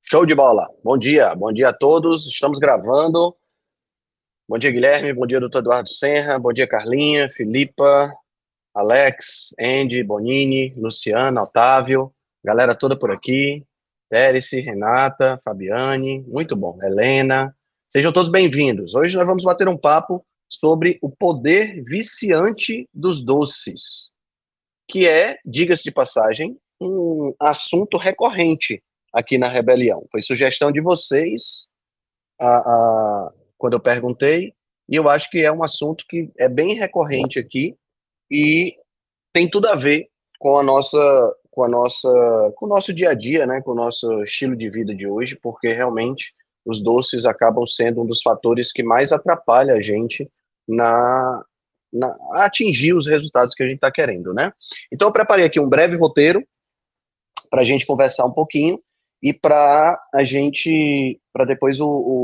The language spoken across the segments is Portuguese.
Show de bola. Bom dia a todos. Estamos gravando. Bom dia, Guilherme. Bom dia, doutor Eduardo Senra. Bom dia, Carlinha, Filipa, Alex, Andy, Bonini, Luciana, Otávio, galera toda por aqui. Térice, Renata, Fabiane, muito bom. Helena, sejam todos bem-vindos. Hoje nós vamos bater um papo sobre o poder viciante dos doces, que é, diga-se de passagem, um assunto recorrente aqui na Rebelião. Foi sugestão de vocês quando eu perguntei, e eu acho que é um assunto que é bem recorrente aqui e tem tudo a ver com com o nosso dia a dia, né, com o nosso estilo de vida de hoje, porque realmente os doces acabam sendo um dos fatores que mais atrapalha a gente na, a atingir os resultados que a gente está querendo, né? Então eu preparei aqui um breve roteiro para a gente conversar um pouquinho e para depois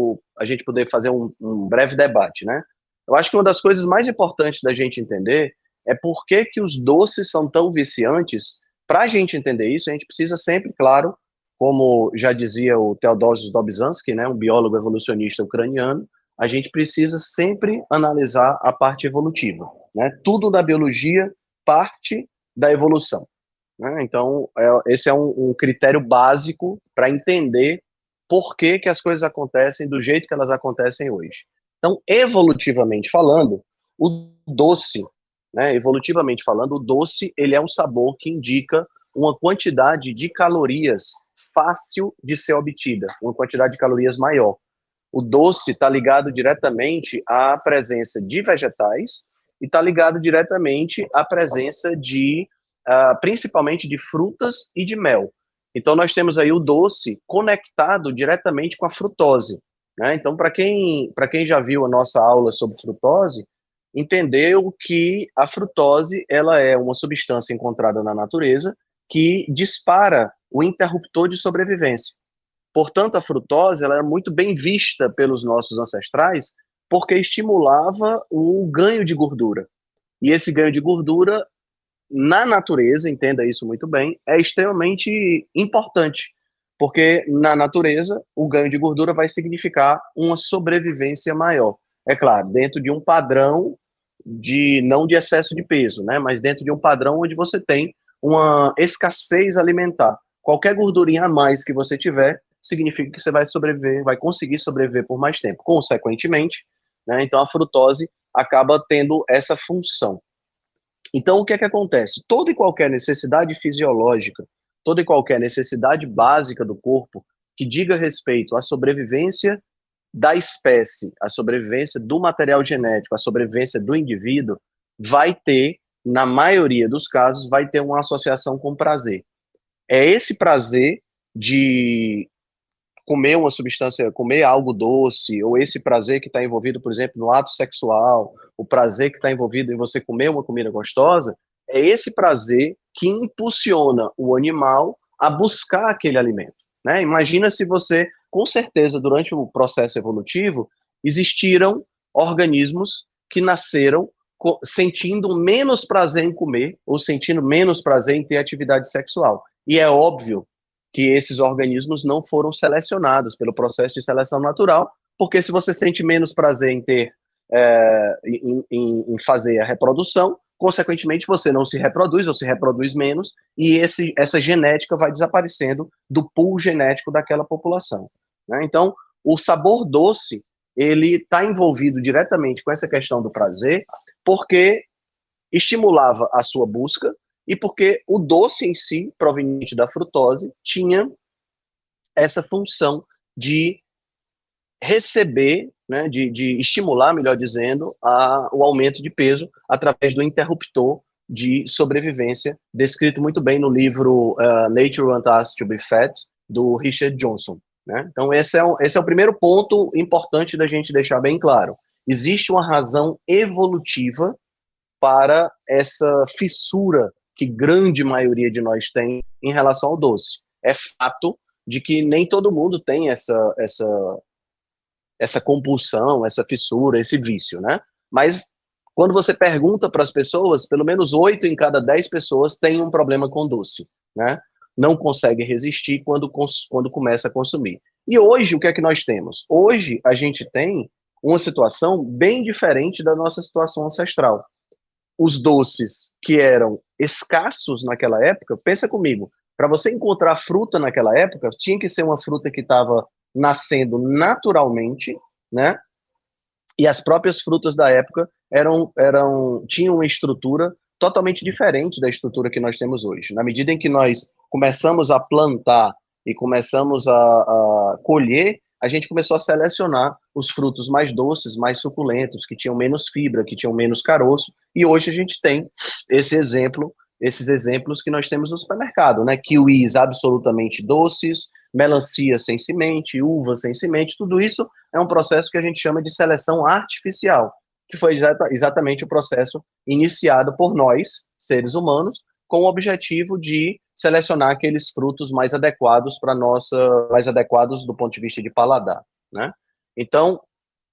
a gente poder fazer um breve debate, né? Eu acho que uma das coisas mais importantes da gente entender é por que que os doces são tão viciantes. Para a gente entender isso, a gente precisa sempre, claro, como já dizia o Theodosius Dobzhansky, né, um biólogo evolucionista ucraniano, a gente precisa sempre analisar a parte evolutiva, né? Tudo da biologia parte da evolução, né? Então, esse é um critério básico para entender por que que as coisas acontecem do jeito que elas acontecem hoje. Então, evolutivamente falando, o doce, né, evolutivamente falando, o doce, ele é um sabor que indica uma quantidade de calorias fácil de ser obtida, uma quantidade de calorias maior. O doce está ligado diretamente à presença de vegetais e está ligado diretamente à presença de, principalmente de frutas e de mel. Então, nós temos aí o doce conectado diretamente com a frutose, né? Então, para quem já viu a nossa aula sobre frutose, entendeu que a frutose ela é uma substância encontrada na natureza que dispara o interruptor de sobrevivência. Portanto, a frutose ela era muito bem vista pelos nossos ancestrais porque estimulava o ganho de gordura. E esse ganho de gordura, na natureza, entenda isso muito bem, é extremamente importante, porque na natureza o ganho de gordura vai significar uma sobrevivência maior. É claro, dentro de um padrão de não de excesso de peso, né, mas dentro de um padrão onde você tem uma escassez alimentar. Qualquer gordurinha a mais que você tiver significa que você vai sobreviver, vai conseguir sobreviver por mais tempo. Consequentemente, né, então a frutose acaba tendo essa função. Então, o que é que acontece? Toda e qualquer necessidade fisiológica, toda e qualquer necessidade básica do corpo que diga respeito à sobrevivência da espécie, à sobrevivência do material genético, à sobrevivência do indivíduo, vai ter, na maioria dos casos, vai ter uma associação com prazer. É esse prazer de comer uma substância, comer algo doce, ou esse prazer que está envolvido, por exemplo, no ato sexual, o prazer que está envolvido em você comer uma comida gostosa, é esse prazer que impulsiona o animal a buscar aquele alimento, né? Imagina se você, com certeza, durante o processo evolutivo, existiram organismos que nasceram sentindo menos prazer em comer, ou sentindo menos prazer em ter atividade sexual. E é óbvio que esses organismos não foram selecionados pelo processo de seleção natural, porque se você sente menos prazer em ter, em fazer a reprodução, consequentemente você não se reproduz ou se reproduz menos, e essa genética vai desaparecendo do pool genético daquela população, né? Então, o sabor doce, ele está envolvido diretamente com essa questão do prazer, porque estimulava a sua busca e porque o doce em si, proveniente da frutose, tinha essa função de receber, né, de estimular, melhor dizendo, o aumento de peso através do interruptor de sobrevivência, descrito muito bem no livro Nature Wants Us to Be Fat, do Richard Johnson, né? Então esse é o primeiro ponto importante da gente deixar bem claro. Existe uma razão evolutiva para essa fissura que grande maioria de nós tem em relação ao doce. É fato de que nem todo mundo tem essa compulsão, essa fissura, esse vício, né? Mas quando você pergunta para as pessoas, pelo menos 8 em cada 10 pessoas têm um problema com doce, né? não consegue resistir quando começa a consumir. E hoje, o que é que nós temos? Hoje, a gente tem uma situação bem diferente da nossa situação ancestral. Os doces que eram escassos naquela época, pensa comigo, para você encontrar fruta naquela época, tinha que ser uma fruta que estava nascendo naturalmente, né? E as próprias frutas da época tinham uma estrutura totalmente diferente da estrutura que nós temos hoje. Na medida em que nós começamos a plantar e começamos a colher, a gente começou a selecionar os frutos mais doces, mais suculentos, que tinham menos fibra, que tinham menos caroço, e hoje a gente tem esses exemplos que nós temos no supermercado, né? Kiwis absolutamente doces, melancia sem semente, uva sem semente, tudo isso é um processo que a gente chama de seleção artificial, que foi exatamente o processo iniciado por nós, seres humanos, com o objetivo de selecionar aqueles frutos mais adequados para mais adequados do ponto de vista de paladar, né? Então,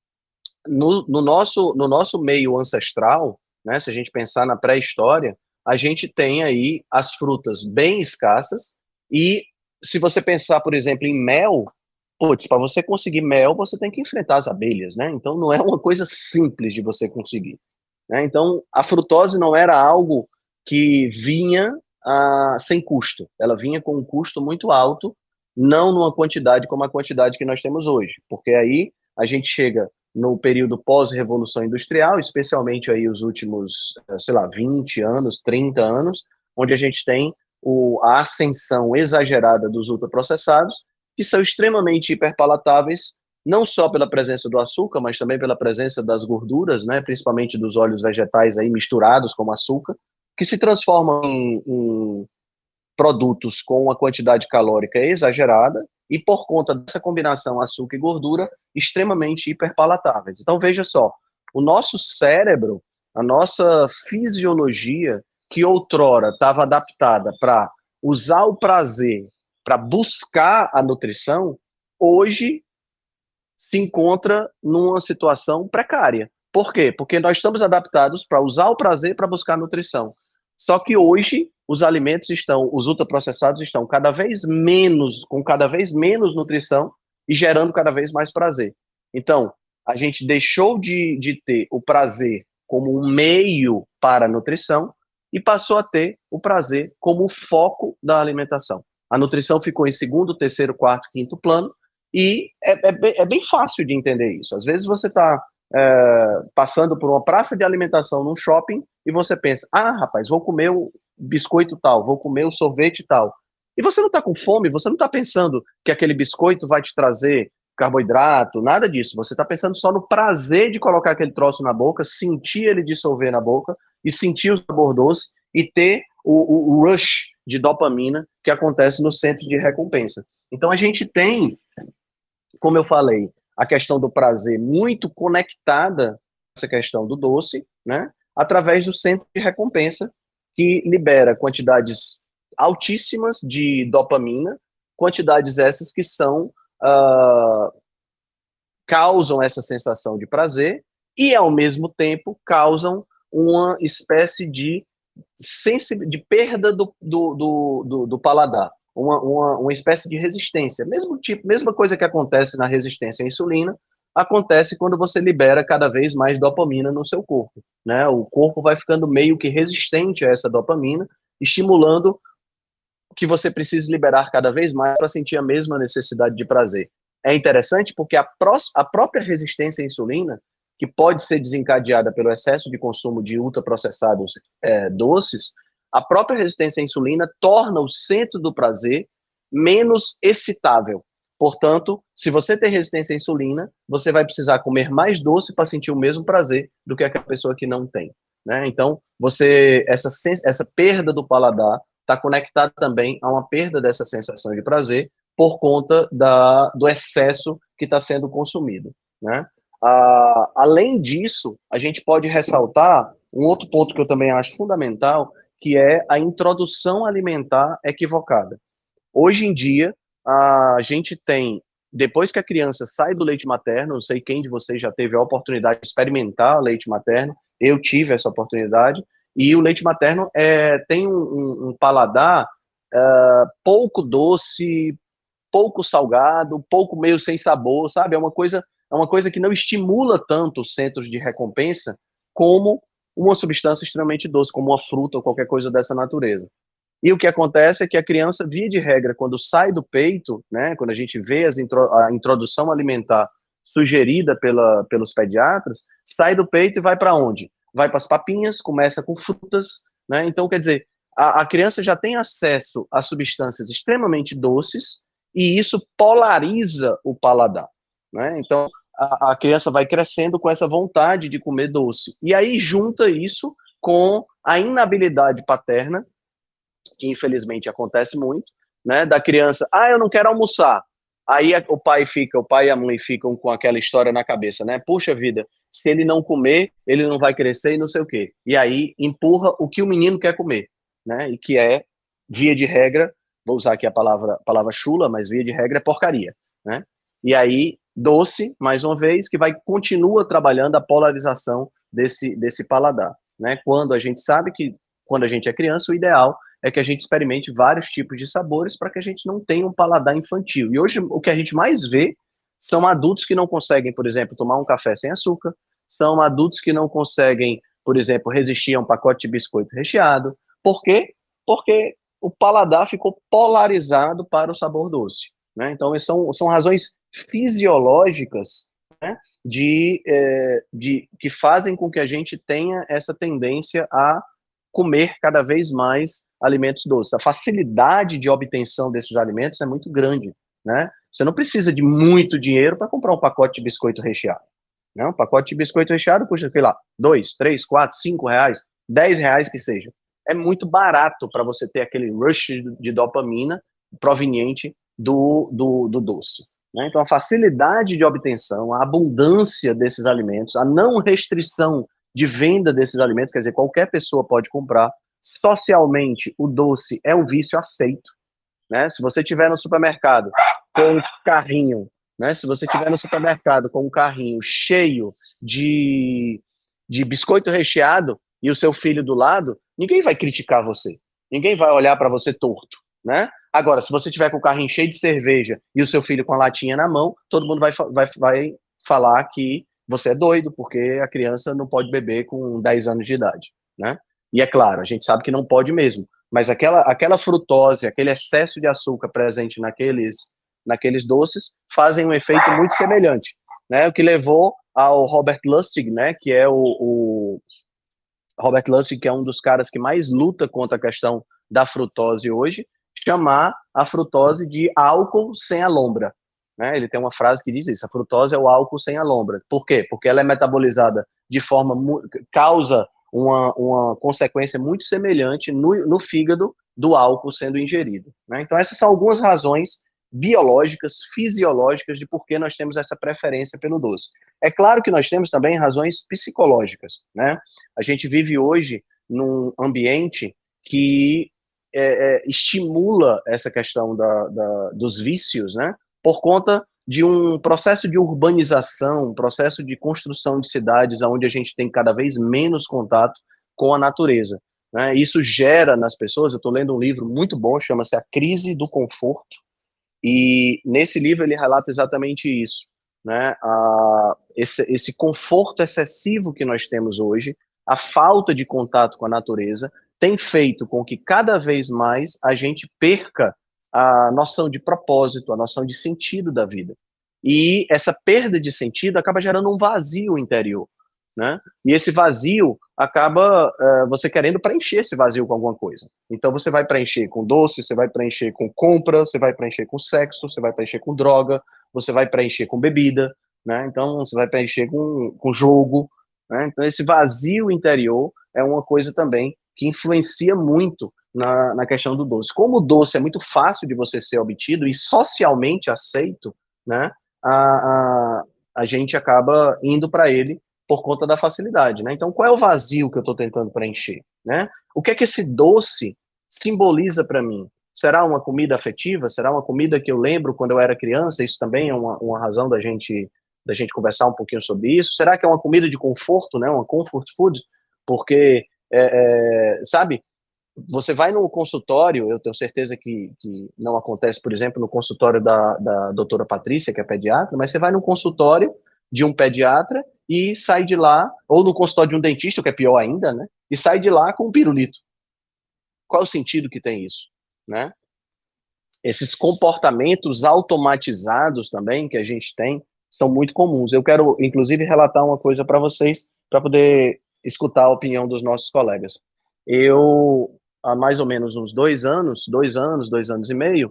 no nosso meio ancestral, né, se a gente pensar na pré-história, a gente tem aí as frutas bem escassas e se você pensar, por exemplo, em mel, putz, para você conseguir mel, você tem que enfrentar as abelhas, né? Então não é uma coisa simples de você conseguir, né? Então a frutose não era algo que vinha sem custo, ela vinha com um custo muito alto, não numa quantidade como a quantidade que nós temos hoje, porque aí a gente chega no período pós-revolução industrial, especialmente aí os últimos, sei lá, 20 anos, 30 anos, onde a gente tem a ascensão exagerada dos ultraprocessados, que são extremamente hiperpalatáveis, não só pela presença do açúcar, mas também pela presença das gorduras, né, principalmente dos óleos vegetais aí misturados com açúcar, que se transformam em produtos com uma quantidade calórica exagerada e por conta dessa combinação açúcar e gordura extremamente hiperpalatáveis. Então veja só, o nosso cérebro, a nossa fisiologia que outrora estava adaptada para usar o prazer, para buscar a nutrição, hoje se encontra numa situação precária. Por quê? Porque nós estamos adaptados para usar o prazer para buscar a nutrição. Só que hoje os ultraprocessados estão cada vez menos, com cada vez menos nutrição e gerando cada vez mais prazer. Então, a gente deixou de ter o prazer como um meio para a nutrição e passou a ter o prazer como o foco da alimentação. A nutrição ficou em segundo, terceiro, quarto, quinto plano e é bem fácil de entender isso. Às vezes você está passando por uma praça de alimentação num shopping e você pensa, rapaz, vou comer o biscoito tal, vou comer o sorvete tal. E você não está com fome, você não está pensando que aquele biscoito vai te trazer carboidrato, nada disso. Você está pensando só no prazer de colocar aquele troço na boca, sentir ele dissolver na boca e sentir o sabor doce e ter o rush de dopamina que acontece no centro de recompensa. Então a gente tem, como eu falei, a questão do prazer muito conectada com essa questão do doce, né? Através do centro de recompensa, que libera quantidades altíssimas de dopamina, quantidades essas que causam essa sensação de prazer e, ao mesmo tempo, causam uma espécie de perda do paladar. Uma espécie de resistência. Mesma coisa que acontece na resistência à insulina, acontece quando você libera cada vez mais dopamina no seu corpo, né? O corpo vai ficando meio que resistente a essa dopamina, estimulando que você precise liberar cada vez mais para sentir a mesma necessidade de prazer. É interessante porque a própria resistência à insulina, que pode ser desencadeada pelo excesso de consumo de ultraprocessados doces, a própria resistência à insulina torna o centro do prazer menos excitável. Portanto, se você tem resistência à insulina, você vai precisar comer mais doce para sentir o mesmo prazer do que aquela pessoa que não tem, né? Então, essa perda do paladar está conectada também a uma perda dessa sensação de prazer por conta do excesso que está sendo consumido, né? Além disso, a gente pode ressaltar um outro ponto que eu também acho fundamental, que é a introdução alimentar equivocada. Hoje em dia, a gente tem, depois que a criança sai do leite materno, não sei quem de vocês já teve a oportunidade de experimentar leite materno, eu tive essa oportunidade, e o leite materno tem um paladar pouco doce, pouco salgado, pouco meio sem sabor, sabe? É uma coisa que não estimula tanto os centros de recompensa como uma substância extremamente doce, como uma fruta ou qualquer coisa dessa natureza. E o que acontece é que a criança, via de regra, quando sai do peito, né, quando a gente vê a introdução alimentar sugerida pelos pediatras, sai do peito e vai para onde? Vai para as papinhas, começa com frutas, né? Então, quer dizer, a criança já tem acesso a substâncias extremamente doces e isso polariza o paladar, né? Então, a criança vai crescendo com essa vontade de comer doce. E aí junta isso com a inabilidade paterna, que infelizmente acontece muito, né, da criança, eu não quero almoçar. Aí o pai e a mãe ficam com aquela história na cabeça, né? Puxa vida, se ele não comer, ele não vai crescer e não sei o quê. E aí empurra o que o menino quer comer, né? E que é, via de regra, vou usar aqui a palavra chula, mas via de regra é porcaria, né? E aí, doce, mais uma vez, que continua trabalhando a polarização desse paladar, né? Quando a gente sabe que, quando a gente é criança, o ideal é que a gente experimente vários tipos de sabores para que a gente não tenha um paladar infantil. E hoje o que a gente mais vê são adultos que não conseguem, por exemplo, tomar um café sem açúcar, são adultos que não conseguem, por exemplo, resistir a um pacote de biscoito recheado. Por quê? Porque o paladar ficou polarizado para o sabor doce, né? Então, são razões fisiológicas, né, que fazem com que a gente tenha essa tendência a comer cada vez mais alimentos doces. A facilidade de obtenção desses alimentos é muito grande, né? Você não precisa de muito dinheiro para comprar um pacote de biscoito recheado, né? Um pacote de biscoito recheado custa, sei lá, 2, 3, 4, 5 reais, 10 reais que seja. É muito barato para você ter aquele rush de dopamina proveniente do doce, né? Então, a facilidade de obtenção, a abundância desses alimentos, a não restrição de venda desses alimentos, quer dizer, qualquer pessoa pode comprar. Socialmente, o doce é um vício aceito, né? Se você tiver no supermercado com um carrinho, né? Se você tiver no supermercado com um carrinho cheio de biscoito recheado e o seu filho do lado, ninguém vai criticar você, ninguém vai olhar para você torto, né? Agora, se você tiver com o carrinho cheio de cerveja e o seu filho com a latinha na mão, todo mundo vai falar que você é doido, porque a criança não pode beber com 10 anos de idade, né? E é claro, a gente sabe que não pode mesmo, mas aquela frutose, aquele excesso de açúcar presente naqueles doces fazem um efeito muito semelhante, né? O que levou ao Robert Lustig, né? Que é o Robert Lustig, que é um dos caras que mais luta contra a questão da frutose hoje, chamar a frutose de álcool sem alombra, né? Ele tem uma frase que diz isso: a frutose é o álcool sem alombra. Por quê? Porque ela é metabolizada de forma causa uma consequência muito semelhante no fígado do álcool sendo ingerido, né? Então essas são algumas razões biológicas, fisiológicas de por que nós temos essa preferência pelo doce. É claro que nós temos também razões psicológicas, né? A gente vive hoje num ambiente que estimula essa questão dos vícios, né? Por conta de um processo de urbanização, um processo de construção de cidades onde a gente tem cada vez menos contato com a natureza, né? Isso gera nas pessoas, eu estou lendo um livro muito bom, chama-se A Crise do Conforto, e nesse livro ele relata exatamente isso, né? Esse conforto excessivo que nós temos hoje, a falta de contato com a natureza, tem feito com que cada vez mais a gente perca a noção de propósito, a noção de sentido da vida. E essa perda de sentido acaba gerando um vazio interior, né? E esse vazio acaba você querendo preencher esse vazio com alguma coisa. Então você vai preencher com doce, você vai preencher com compra, você vai preencher com sexo, você vai preencher com droga, você vai preencher com bebida, né? Então você vai preencher com jogo, né? Então esse vazio interior é uma coisa também que influencia muito na questão do doce. Como o doce é muito fácil de você ser obtido e socialmente aceito, né? A, a, a gente acaba indo para ele por conta da facilidade, né? Então, qual é o vazio que eu estou tentando preencher, né? O que é que esse doce simboliza para mim? Será uma comida afetiva? Será uma comida que eu lembro quando eu era criança? Isso também é uma razão da gente conversar um pouquinho sobre isso. Será que é uma comida de conforto, né? Uma comfort food? Porque, sabe, você vai no consultório, eu tenho certeza que não acontece, por exemplo, no consultório da doutora Patrícia, que é pediatra, mas você vai no consultório de um pediatra e sai de lá, ou no consultório de um dentista, que é pior ainda, né? E sai de lá com um pirulito. Qual é o sentido que tem isso, né? Esses comportamentos automatizados também que a gente tem são muito comuns. Eu quero, inclusive, relatar uma coisa para vocês, para poder escutar a opinião dos nossos colegas. Eu, há mais ou menos uns 2 anos e meio,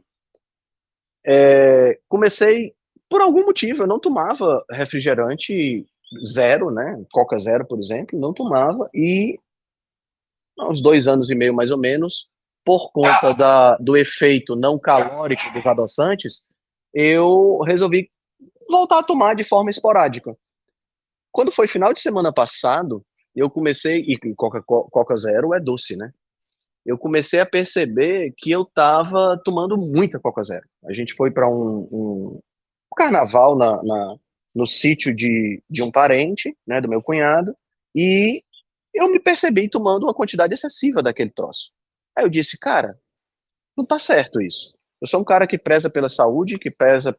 comecei, por algum motivo, eu não tomava refrigerante zero, né? Coca zero, por exemplo, não tomava, e há uns 2 anos e meio, mais ou menos, por conta do efeito não calórico dos adoçantes, eu resolvi voltar a tomar de forma esporádica. Quando foi final de semana passado, eu comecei, e Coca Zero é doce, né? Eu comecei a perceber que eu estava tomando muita Coca Zero. A gente foi para um carnaval no sítio de um parente, né, do meu cunhado, e eu me percebi tomando uma quantidade excessiva daquele troço. Aí eu disse, cara, não tá certo isso. Eu sou um cara que preza pela saúde, que preza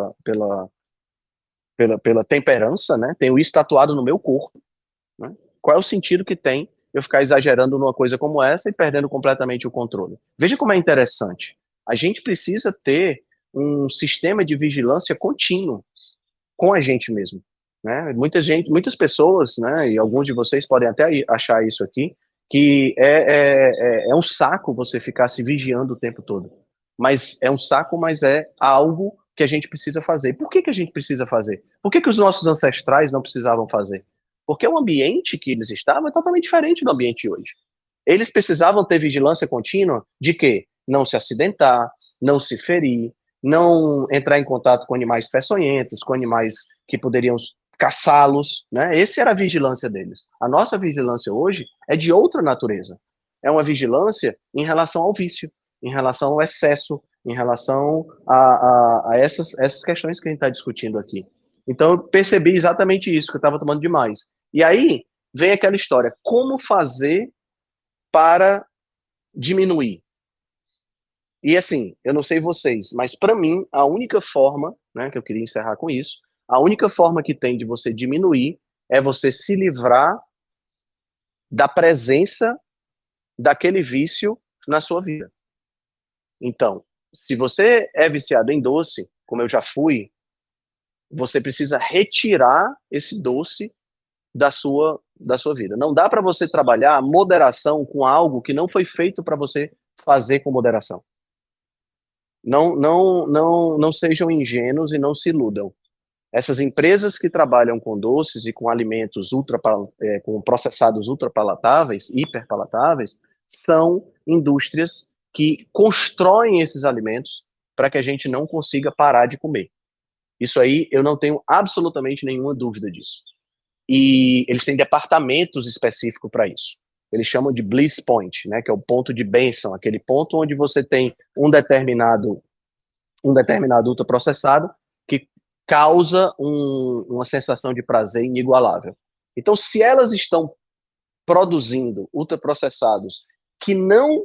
pela temperança, né? Tenho isso tatuado no meu corpo, né? Qual é o sentido que tem eu ficar exagerando numa coisa como essa e perdendo completamente o controle? Veja como é interessante. A gente precisa ter um sistema de vigilância contínuo com a gente mesmo, né? Muitas pessoas, né? E alguns de vocês podem até achar isso aqui, que é um saco você ficar se vigiando o tempo todo. Mas é um saco, mas é algo que a gente precisa fazer. Por que a gente precisa fazer? Por que os nossos ancestrais não precisavam fazer? Porque o ambiente que eles estavam é totalmente diferente do ambiente de hoje. Eles precisavam ter vigilância contínua de quê? Não se acidentar, não se ferir, não entrar em contato com animais peçonhentos, com animais que poderiam caçá-los, né? Essa era a vigilância deles. A nossa vigilância hoje é de outra natureza. É uma vigilância em relação ao vício, em relação ao excesso, em relação a essas questões que a gente está discutindo aqui. Então, eu percebi exatamente isso, que eu estava tomando demais. E aí, vem aquela história, como fazer para diminuir? E assim, eu não sei vocês, mas para mim, a única forma, né, que eu queria encerrar com isso, a única forma que tem de você diminuir é você se livrar da presença daquele vício na sua vida. Então, se você é viciado em doce, como eu já fui, você precisa retirar esse doce da sua vida. Não dá para você trabalhar a moderação com algo que não foi feito para você fazer com moderação. Não sejam ingênuos e não se iludam. Essas empresas que trabalham com doces e com alimentos com processados ultrapalatáveis, hiperpalatáveis, são indústrias que constroem esses alimentos para que a gente não consiga parar de comer. Isso aí eu não tenho absolutamente nenhuma dúvida disso. E eles têm departamentos específicos para isso. Eles chamam de bliss point, né, que é o ponto de bênção, aquele ponto onde você tem um determinado ultraprocessado que causa uma sensação de prazer inigualável. Então, se elas estão produzindo ultraprocessados que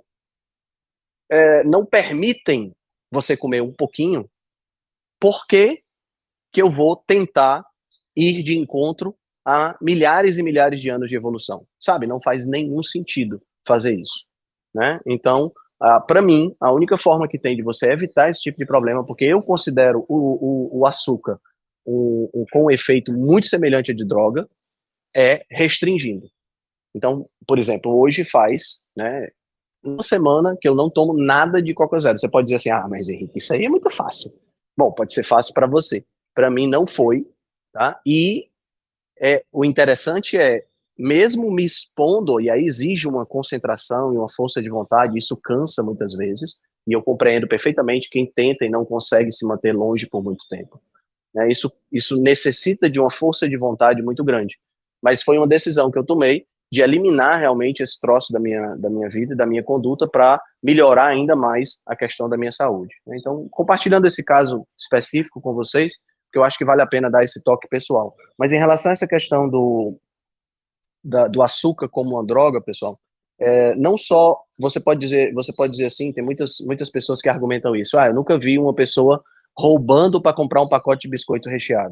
não permitem você comer um pouquinho, por que eu vou tentar ir de encontro a milhares e milhares de anos de evolução? Sabe? Não faz nenhum sentido fazer isso, né? Então, para mim, a única forma que tem de você evitar esse tipo de problema, porque eu considero o açúcar com um efeito muito semelhante a de droga, é restringindo. Então, por exemplo, hoje faz, né, uma semana que eu não tomo nada de Coca Zero. Você pode dizer assim, mas Henrique, isso aí é muito fácil. Bom, pode ser fácil para você. Para mim não foi, tá? E o interessante é, mesmo me expondo, e aí exige uma concentração e uma força de vontade, isso cansa muitas vezes, e eu compreendo perfeitamente quem tenta e não consegue se manter longe por muito tempo. Né? Isso necessita de uma força de vontade muito grande. Mas foi uma decisão que eu tomei de eliminar realmente esse troço da minha vida e da minha conduta para melhorar ainda mais a questão da minha saúde. Então, compartilhando esse caso específico com vocês, que eu acho que vale a pena dar esse toque pessoal. Mas em relação a essa questão do açúcar como uma droga, pessoal, não só, você pode dizer assim, tem muitas pessoas que argumentam isso, eu nunca vi uma pessoa roubando para comprar um pacote de biscoito recheado.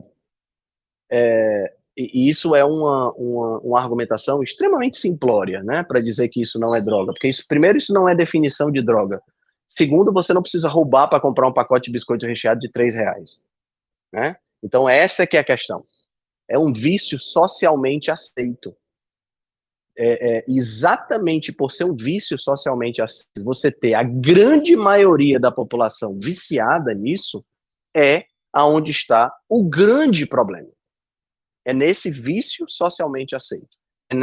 E isso é uma argumentação extremamente simplória, né, para dizer que isso não é droga, porque isso, primeiro, isso não é definição de droga. Segundo, você não precisa roubar para comprar um pacote de biscoito recheado de R$ 3, né? Então essa é que é a questão. É um vício socialmente aceito. Exatamente por ser um vício socialmente aceito, você ter a grande maioria da população viciada nisso, é aonde está o grande problema. É nesse vício socialmente aceito.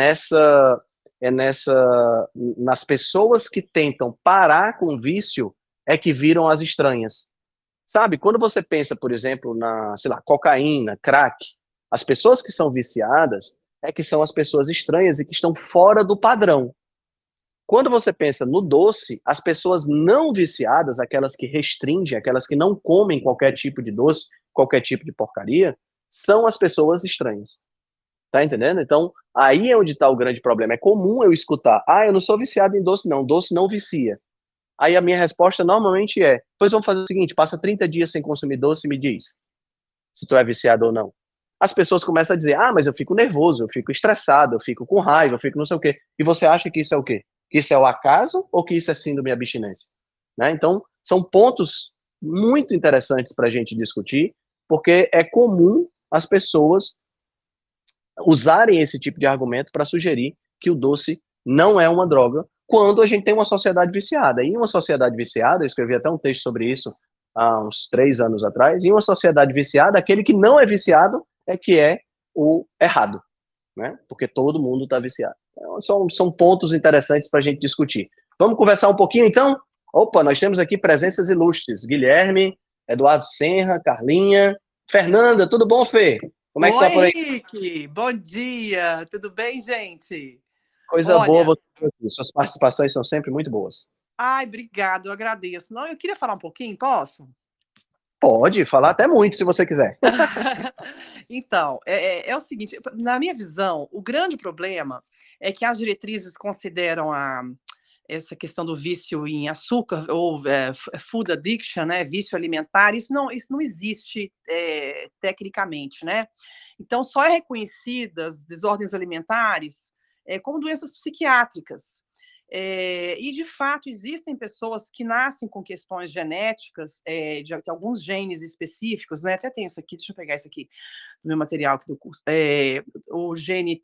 Nas pessoas que tentam parar com o vício, é que viram as estranhas. Sabe, quando você pensa, por exemplo, na, sei lá, cocaína, crack, as pessoas que são viciadas é que são as pessoas estranhas e que estão fora do padrão. Quando você pensa no doce, as pessoas não viciadas, aquelas que restringem, aquelas que não comem qualquer tipo de doce, qualquer tipo de porcaria, são as pessoas estranhas. Tá entendendo? Então, aí é onde está o grande problema. É comum eu escutar, eu não sou viciado em doce não vicia. Aí a minha resposta normalmente é, pois vamos fazer o seguinte, passa 30 dias sem consumir doce e me diz se tu é viciado ou não. As pessoas começam a dizer, mas eu fico nervoso, eu fico estressado, eu fico com raiva, eu fico não sei o quê. E você acha que isso é o quê? Que isso é o acaso ou que isso é síndrome de abstinência? Né? Então, são pontos muito interessantes para a gente discutir, porque é comum as pessoas usarem esse tipo de argumento para sugerir que o doce não é uma droga, quando a gente tem uma sociedade viciada. E em uma sociedade viciada, eu escrevi até um texto sobre isso há uns 3 anos atrás, em uma sociedade viciada, aquele que não é viciado é que é o errado, né? Porque todo mundo está viciado. Então, são pontos interessantes para a gente discutir. Vamos conversar um pouquinho, então? Opa, nós temos aqui presenças ilustres. Guilherme, Eduardo Senra, Carlinha, Fernanda, tudo bom, Fê? Como é que tá por Oi, aí? Henrique! Bom dia! Tudo bem, gente? Coisa boa Olha, você aqui. Suas participações são sempre muito boas. obrigado, eu agradeço. Não, eu queria falar um pouquinho, posso? Pode falar até muito, se você quiser. Então, é o seguinte, na minha visão, o grande problema é que as diretrizes consideram essa questão do vício em açúcar, ou food addiction, né, vício alimentar, isso não existe tecnicamente, né? Então, só é reconhecida as desordens alimentares como doenças psiquiátricas. E, de fato, existem pessoas que nascem com questões genéticas, de alguns genes específicos, né? Até tem isso aqui, deixa eu pegar isso aqui no meu material aqui do curso. O gene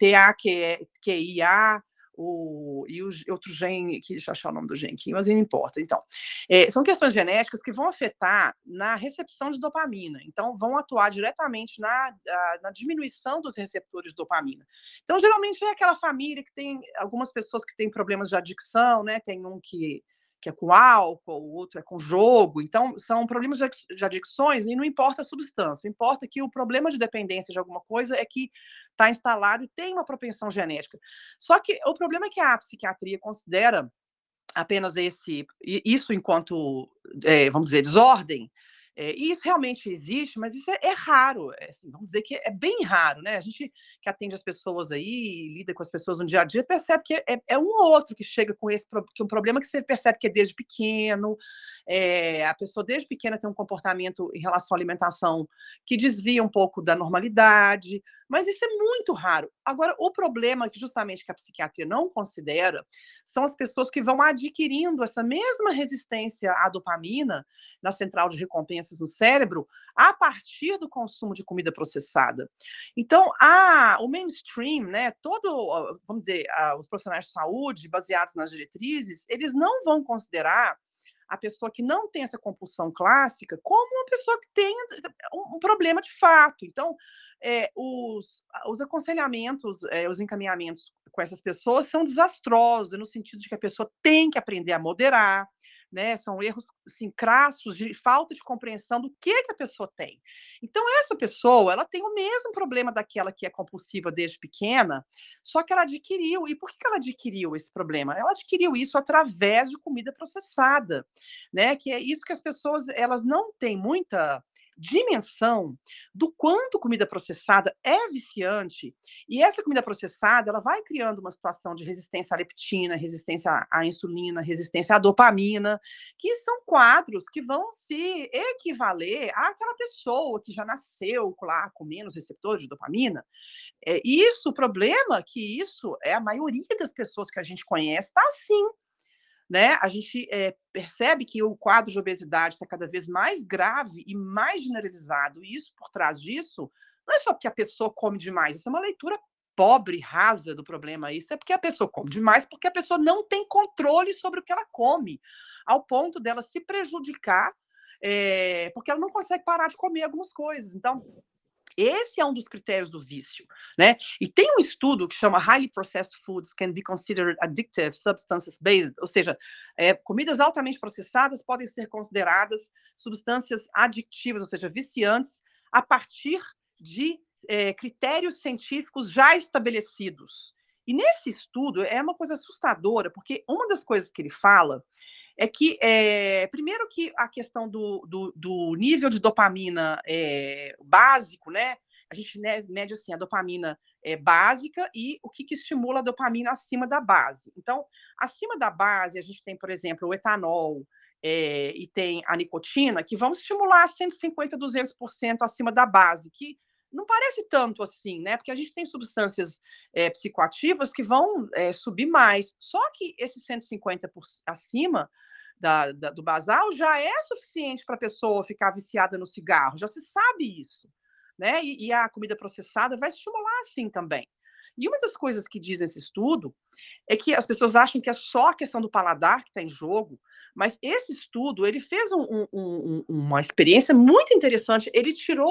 TAQIA, e o outro gene, que deixa eu achar o nome do gene aqui, mas não importa. Então, são questões genéticas que vão afetar na recepção de dopamina. Então, vão atuar diretamente na diminuição dos receptores de dopamina. Então, geralmente é aquela família que tem algumas pessoas que têm problemas de adicção, né? Tem um que é com álcool, o outro é com jogo. Então, são problemas de adicções e não importa a substância, importa que o problema de dependência de alguma coisa é que está instalado e tem uma propensão genética. Só que o problema é que a psiquiatria considera apenas isso enquanto, vamos dizer, desordem. E isso realmente existe, mas isso é raro, assim, vamos dizer que é bem raro, né? A gente que atende as pessoas aí, lida com as pessoas no dia a dia, percebe que é um ou outro que chega com que um problema que você percebe que é desde pequeno, a pessoa desde pequena tem um comportamento em relação à alimentação que desvia um pouco da normalidade, mas isso é muito raro. Agora, o problema que justamente que a psiquiatria não considera são as pessoas que vão adquirindo essa mesma resistência à dopamina na central de recompensas no cérebro a partir do consumo de comida processada. Então, o mainstream, né, vamos dizer, os profissionais de saúde, baseados nas diretrizes, eles não vão considerar a pessoa que não tem essa compulsão clássica como uma pessoa que tem um problema de fato. Então, os aconselhamentos, os encaminhamentos com essas pessoas são desastrosos, no sentido de que a pessoa tem que aprender a moderar, né? São erros assim, crassos de falta de compreensão do que a pessoa tem. Então, essa pessoa, ela tem o mesmo problema daquela que é compulsiva desde pequena, só que ela adquiriu. E por que ela adquiriu esse problema? Ela adquiriu isso através de comida processada, né? Que é isso que as pessoas elas não têm muita dimensão do quanto comida processada é viciante, e essa comida processada, ela vai criando uma situação de resistência à leptina, resistência à insulina, resistência à dopamina, que são quadros que vão se equivaler àquela pessoa que já nasceu lá com menos receptores de dopamina. O problema é que isso é a maioria das pessoas que a gente conhece está assim, né? A gente percebe que o quadro de obesidade está cada vez mais grave e mais generalizado. E isso, por trás disso, não é só porque a pessoa come demais. Isso é uma leitura pobre, rasa do problema. Isso é porque a pessoa come demais, porque a pessoa não tem controle sobre o que ela come, ao ponto dela se prejudicar, porque ela não consegue parar de comer algumas coisas. Então, esse é um dos critérios do vício, né? E tem um estudo que chama Highly Processed Foods Can Be Considered Addictive Substances Based, ou seja, comidas altamente processadas podem ser consideradas substâncias adictivas, ou seja, viciantes, a partir de critérios científicos já estabelecidos. E nesse estudo é uma coisa assustadora, porque uma das coisas que ele fala é que, primeiro que a questão do nível de dopamina básico, né? A gente mede assim, a dopamina básica e o que estimula a dopamina acima da base. Então, acima da base, a gente tem, por exemplo, o etanol e tem a nicotina, que vão estimular 150%, 200% acima da base, que não parece tanto assim, né? Porque a gente tem substâncias psicoativas que vão subir mais. Só que esse 150% acima do basal já é suficiente para a pessoa ficar viciada no cigarro, já se sabe isso, né? E a comida processada vai estimular assim também. E uma das coisas que diz esse estudo é que as pessoas acham que é só a questão do paladar que está em jogo, mas esse estudo, ele fez uma experiência muito interessante, ele tirou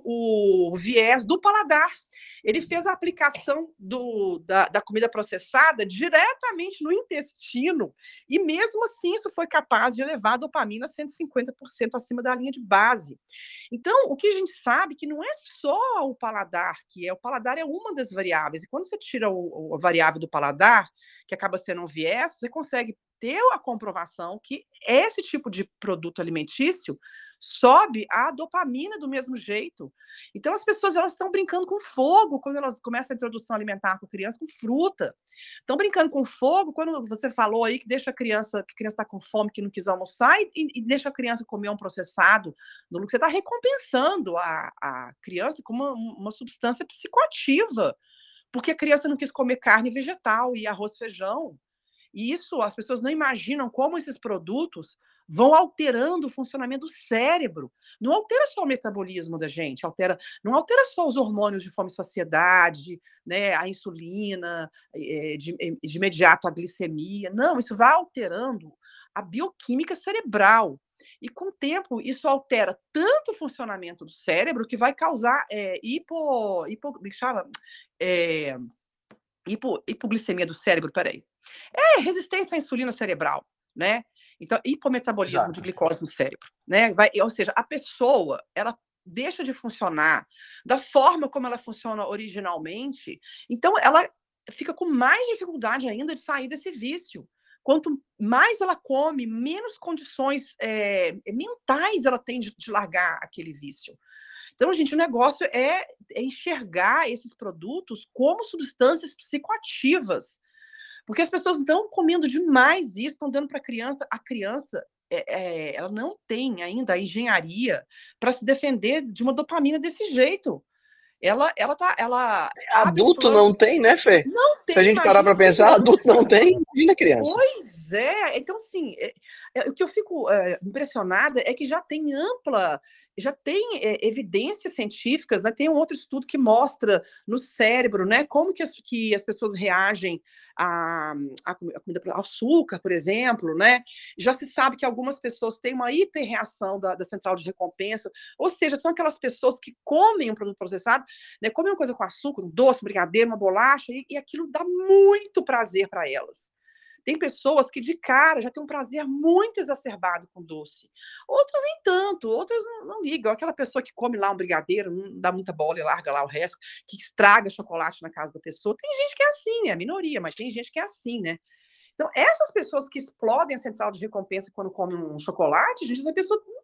o viés do paladar, ele fez a aplicação da comida processada diretamente no intestino, e mesmo assim isso foi capaz de elevar a dopamina 150% acima da linha de base. Então, o que a gente sabe é que não é só o paladar, o paladar é uma das variáveis, e quando você tira a variável do paladar, que acaba sendo um viés, você consegue ter a comprovação que esse tipo de produto alimentício sobe a dopamina do mesmo jeito. Então, as pessoas elas estão brincando com fogo quando elas começam a introdução alimentar com criança, com fruta. Estão brincando com fogo quando você falou aí que deixa que a criança está com fome, que não quis almoçar, e deixa a criança comer um processado. Você está recompensando a criança com uma substância psicoativa, porque a criança não quis comer carne vegetal e arroz e feijão. E isso, as pessoas não imaginam como esses produtos vão alterando o funcionamento do cérebro. Não altera só o metabolismo da gente, não altera só os hormônios de fome e saciedade, né, a insulina, de imediato a glicemia. Não, isso vai alterando a bioquímica cerebral. E com o tempo, isso altera tanto o funcionamento do cérebro que vai causar me chama? Hipoglicemia do cérebro, peraí. Resistência à insulina cerebral, né? Então, hipometabolismo de glicose no cérebro, né? Ou seja, a pessoa, ela deixa de funcionar da forma como ela funciona originalmente, então ela fica com mais dificuldade ainda de sair desse vício. Quanto mais ela come, menos condições mentais ela tem de largar aquele vício. Então, gente, o negócio é enxergar esses produtos como substâncias psicoativas, porque as pessoas estão comendo demais isso, estão dando para a criança, ela não tem ainda a engenharia para se defender de uma dopamina desse jeito. Ela abre o Adulto flanco, não tem, né, Fê? não Se a tem, gente parar para imagina pensar, adulto criança. não tem, imagina criança. Pois é, então assim, o que eu fico impressionada é que já tem evidências científicas, né? Tem um outro estudo que mostra no cérebro, né, como que as pessoas reagem à comida, ao açúcar, por exemplo, né? Já se sabe que algumas pessoas têm uma hiperreação da central de recompensa, ou seja, são aquelas pessoas que comem um produto processado, né, comem uma coisa com açúcar, um doce, um brigadeiro, uma bolacha, e aquilo dá muito prazer para elas. Tem pessoas que de cara já têm um prazer muito exacerbado com doce. Outras nem tanto, outras não ligam. Aquela pessoa que come lá um brigadeiro, não dá muita bola e larga lá o resto, que estraga chocolate na casa da pessoa. Tem gente que é assim, é a minoria, mas tem gente que é assim, né? Então, essas pessoas que explodem a central de recompensa quando comem um chocolate, gente, essa pessoa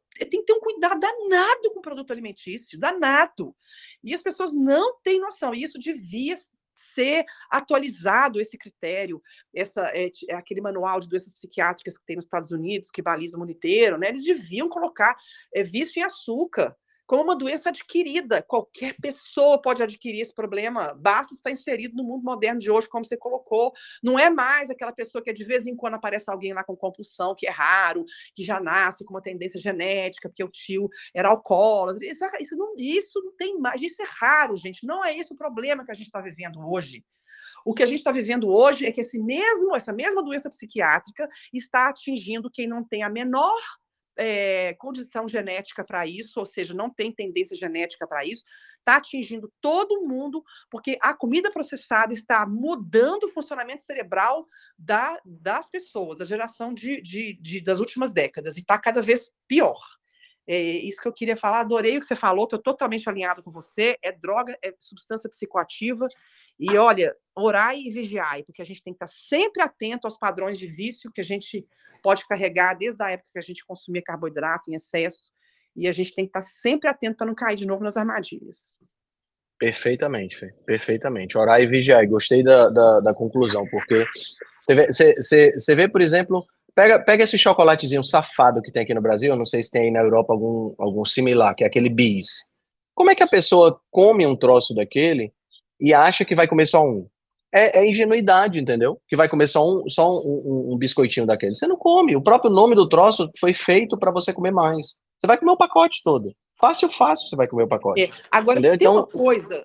tem que ter um cuidado danado com o produto alimentício, danado. E as pessoas não têm noção. E isso devia ser atualizado, esse critério, aquele manual de doenças psiquiátricas que tem nos Estados Unidos, que baliza o mundo inteiro, né? Eles deviam colocar vício em açúcar como uma doença adquirida. Qualquer pessoa pode adquirir esse problema, basta estar inserido no mundo moderno de hoje, como você colocou. Não é mais aquela pessoa que de vez em quando aparece alguém lá com compulsão, que é raro, que já nasce com uma tendência genética, porque o tio era alcoólatra. Isso não tem mais, isso é raro, gente. Não é esse o problema que a gente está vivendo hoje. O que a gente está vivendo hoje é que essa mesma doença psiquiátrica está atingindo quem não tem a menor condição genética para isso, ou seja, não tem tendência genética para isso, está atingindo todo mundo, porque a comida processada está mudando o funcionamento cerebral das pessoas, a geração das últimas décadas, e está cada vez pior. Isso que eu queria falar, adorei o que você falou, estou totalmente alinhado com você, é droga, é substância psicoativa, e olha, orai e vigiai, porque a gente tem que estar sempre atento aos padrões de vício que a gente pode carregar desde a época que a gente consumia carboidrato em excesso, e a gente tem que estar sempre atento para não cair de novo nas armadilhas. Perfeitamente, Fê, perfeitamente. Orar e vigiar. Gostei da conclusão, porque você vê, por exemplo, pega esse chocolatezinho safado que tem aqui no Brasil, eu não sei se tem aí na Europa algum similar, que é aquele bis. Como é que a pessoa come um troço daquele e acha que vai comer só um? É ingenuidade, entendeu? Que vai comer só um biscoitinho daquele. Você não come. O próprio nome do troço foi feito para você comer mais. Você vai comer o pacote todo. Fácil, você vai comer o pacote. Agora, entendeu? tem Então, uma coisa,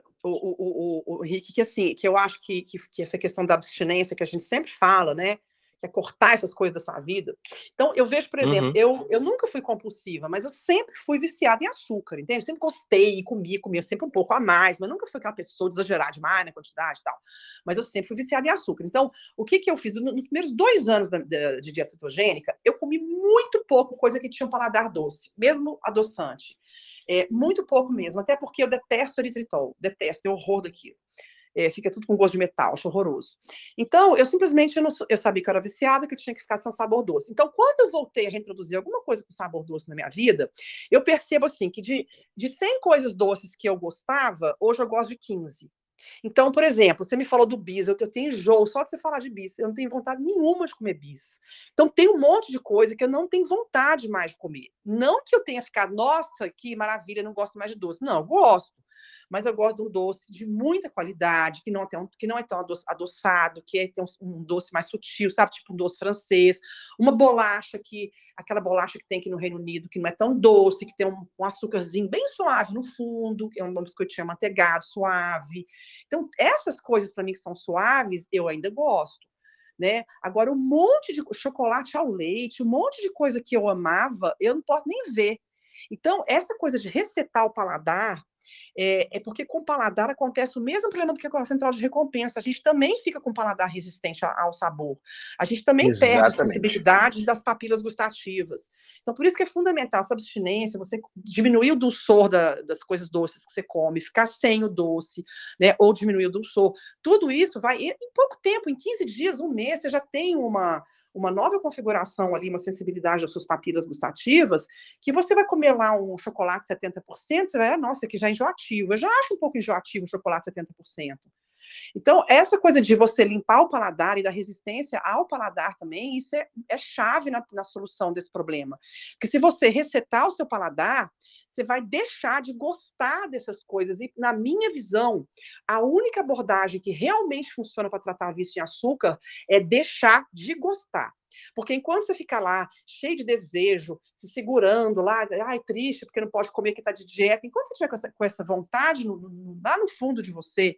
o Rick, que assim, que eu acho que essa questão da abstinência que a gente sempre fala, né? Que é cortar essas coisas da sua vida. Então, eu vejo, por exemplo, eu nunca fui compulsiva, mas eu sempre fui viciada em açúcar, entende? Eu sempre gostei e comia sempre um pouco a mais, mas nunca fui aquela pessoa de exagerar demais na quantidade e tal. Mas eu sempre fui viciada em açúcar. Então, o que eu fiz? Nos primeiros 2 anos de dieta cetogênica, eu comi muito pouco coisa que tinha um paladar doce, mesmo adoçante. Muito pouco mesmo, até porque eu detesto eritritol, detesto, tenho horror daquilo. Fica tudo com gosto de metal, acho horroroso. Então, eu simplesmente, eu sabia que eu era viciada, que eu tinha que ficar sem sabor doce. Então, quando eu voltei a reintroduzir alguma coisa com sabor doce na minha vida, eu percebo assim, que de 100 coisas doces que eu gostava, hoje eu gosto de 15. Então, por exemplo, você me falou do bis, eu tenho enjoo só de você falar de bis, eu não tenho vontade nenhuma de comer bis. Então, tem um monte de coisa que eu não tenho vontade mais de comer. Não que eu tenha ficado, nossa, que maravilha, não gosto mais de doce. Não, eu gosto. Mas eu gosto de um doce de muita qualidade, que não é tão adoçado, que tem um doce mais sutil, sabe? Tipo um doce francês. Uma bolacha aquela bolacha que tem aqui no Reino Unido, que não é tão doce, que tem um açúcarzinho bem suave no fundo, que é um biscoitinho amanteigado, suave. Então, essas coisas para mim que são suaves, eu ainda gosto. Né? Agora, um monte de chocolate ao leite, um monte de coisa que eu amava, eu não posso nem ver. Então, essa coisa de resetar o paladar, porque com o paladar acontece o mesmo problema do que com a central de recompensa. A gente também fica com o paladar resistente ao sabor. A gente também perde a sensibilidade das papilas gustativas. Então, por isso que é fundamental essa abstinência, você diminuir o dulçor das coisas doces que você come, ficar sem o doce, né? Ou diminuir o dulçor. Tudo isso vai, em pouco tempo, em 15 dias, um mês, você já tem uma nova configuração ali, uma sensibilidade das suas papilas gustativas, que você vai comer lá um chocolate 70%, você vai, nossa, que já é enjoativo. Eu já acho um pouco enjoativo o chocolate 70%. Então, essa coisa de você limpar o paladar e da resistência ao paladar também, isso é chave na solução desse problema. Porque se você resetar o seu paladar, você vai deixar de gostar dessas coisas. E, na minha visão, a única abordagem que realmente funciona para tratar vício em açúcar é deixar de gostar. Porque enquanto você fica lá, cheio de desejo, se segurando lá, ai, triste, porque não pode comer que está de dieta, enquanto você estiver com essa vontade lá no fundo de você,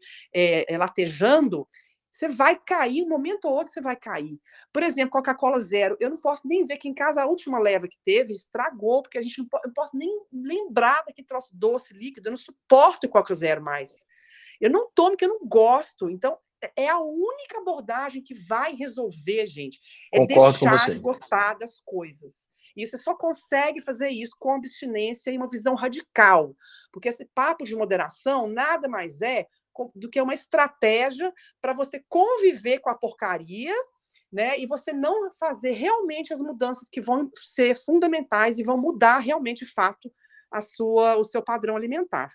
latejando, você vai cair, um momento ou outro você vai cair. Por exemplo, Coca-Cola Zero, eu não posso nem ver que em casa a última leva que teve estragou, porque a gente não posso nem lembrar daquele troço doce, líquido, eu não suporto Coca Zero mais. Eu não tomo porque eu não gosto. Então, é a única abordagem que vai resolver, gente. Concordo com deixar você. de gostar das coisas. E você só consegue fazer isso com abstinência e uma visão radical. Porque esse papo de moderação nada mais é do que uma estratégia para você conviver com a porcaria, né? E você não fazer realmente as mudanças que vão ser fundamentais e vão mudar realmente, de fato, o seu padrão alimentar.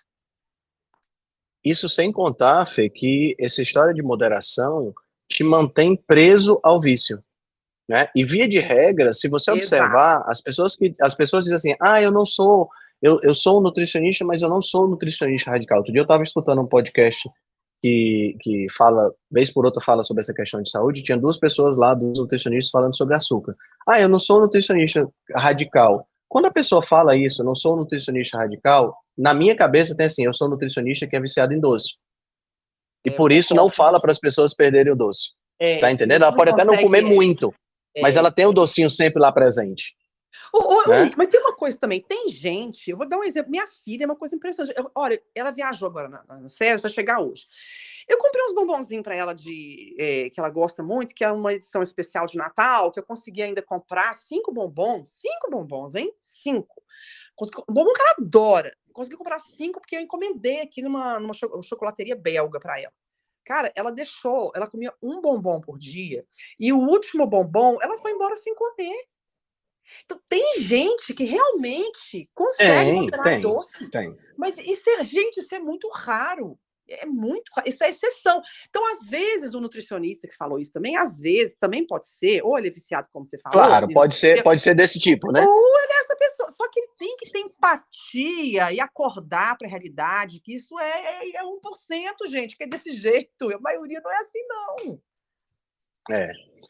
Isso sem contar, Fê, que essa história de moderação te mantém preso ao vício, né? E via de regra, se você Exato. observar, as pessoas dizem assim, eu não sou, eu sou um nutricionista, mas eu não sou um nutricionista radical. Outro dia eu estava escutando um podcast que fala, vez por outra, fala sobre essa questão de saúde, tinha duas pessoas lá, dos nutricionistas, falando sobre açúcar. Eu não sou um nutricionista radical. Quando a pessoa fala isso, eu não sou um nutricionista radical, na minha cabeça tem assim, eu sou um nutricionista que é viciado em doce. E Eu por isso não concordo com fala para você. as pessoas perderem o doce. Tá E entendendo? Ela não pode até não comer consegue. muito, mas ela É, tem o docinho sempre lá presente, ô, né? Henrique, mas tem uma coisa também. Tem gente, eu vou dar um exemplo. Minha filha é uma coisa impressionante. Olha, ela viajou agora nas férias, vai chegar hoje. Eu comprei uns bombonzinhos para ela que ela gosta muito, que é uma edição especial de Natal, que eu consegui ainda comprar 5 bombons, hein? 5. Um bombom que ela adora. Consegui comprar 5 porque eu encomendei aqui numa chocolateria belga para ela. Cara, ela comia um bombom por dia, e o último bombom, ela foi embora sem comer. Então, tem gente que realmente consegue Tem, moderar tem, doce, tem. mas isso é muito raro. É muito raro, isso é exceção. Então, às vezes, o nutricionista que falou isso também, às vezes, também pode ser, ou ele é viciado, como você falou, Claro, pode ser desse tipo, né? ou ele é essa pessoa. Só que ele tem que ter empatia e acordar para a realidade, que isso é 1%, gente, que é desse jeito. A maioria não é assim, não. É.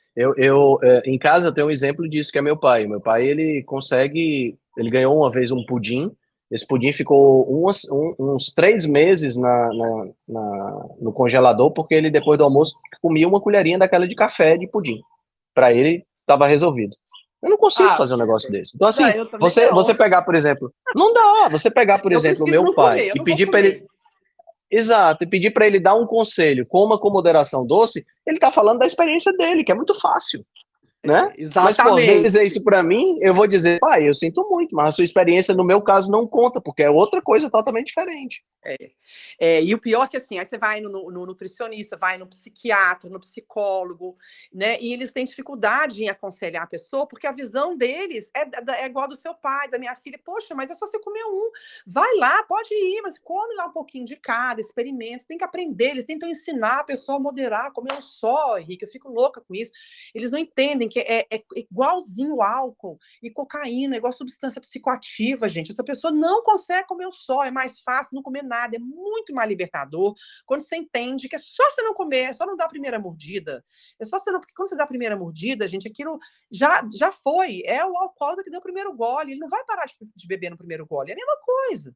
Em casa eu tenho um exemplo disso, que é meu pai. Meu pai, ele ganhou uma vez um pudim. Esse pudim ficou uns 3 meses no congelador, porque ele, depois do almoço, comia uma colherinha daquela de café de pudim. Para ele, estava resolvido. Eu não consigo Ah, fazer um negócio desse. Então, não, assim, eu também você não. pegar, por exemplo, não dá, você pegar, por Eu exemplo, o prefiro meu não pai comer, eu e não vou pedir para ele. comer. Exato, e pedir para ele dar um conselho, coma com moderação doce, ele tá falando da experiência dele, que é muito fácil, né? Mas, pô, às vezes é Exatamente. isso para mim, eu vou dizer, pai, eu sinto muito, mas a sua experiência, no meu caso, não conta, porque é outra coisa totalmente diferente. E o pior é que assim, aí você vai no nutricionista, vai no psiquiatra, no psicólogo, né? E eles têm dificuldade em aconselhar a pessoa, porque a visão deles é igual a do seu pai, da minha filha. Poxa, mas é só você comer um. Vai lá, pode ir, mas come lá um pouquinho de cada, experimenta. Você tem que aprender. Eles tentam ensinar a pessoa a moderar, a comer um só, Henrique. Eu fico louca com isso. Eles não entendem que é igualzinho álcool e cocaína, igual substância psicoativa, gente. Essa pessoa não consegue comer um só, é mais fácil não comer nada, é muito mais libertador quando você entende que é só você não comer, é só não dar a primeira mordida. É só você não, porque quando você dá a primeira mordida, gente, aquilo já foi. É o alcoólatra que deu o primeiro gole, ele não vai parar de beber no primeiro gole, é a mesma coisa.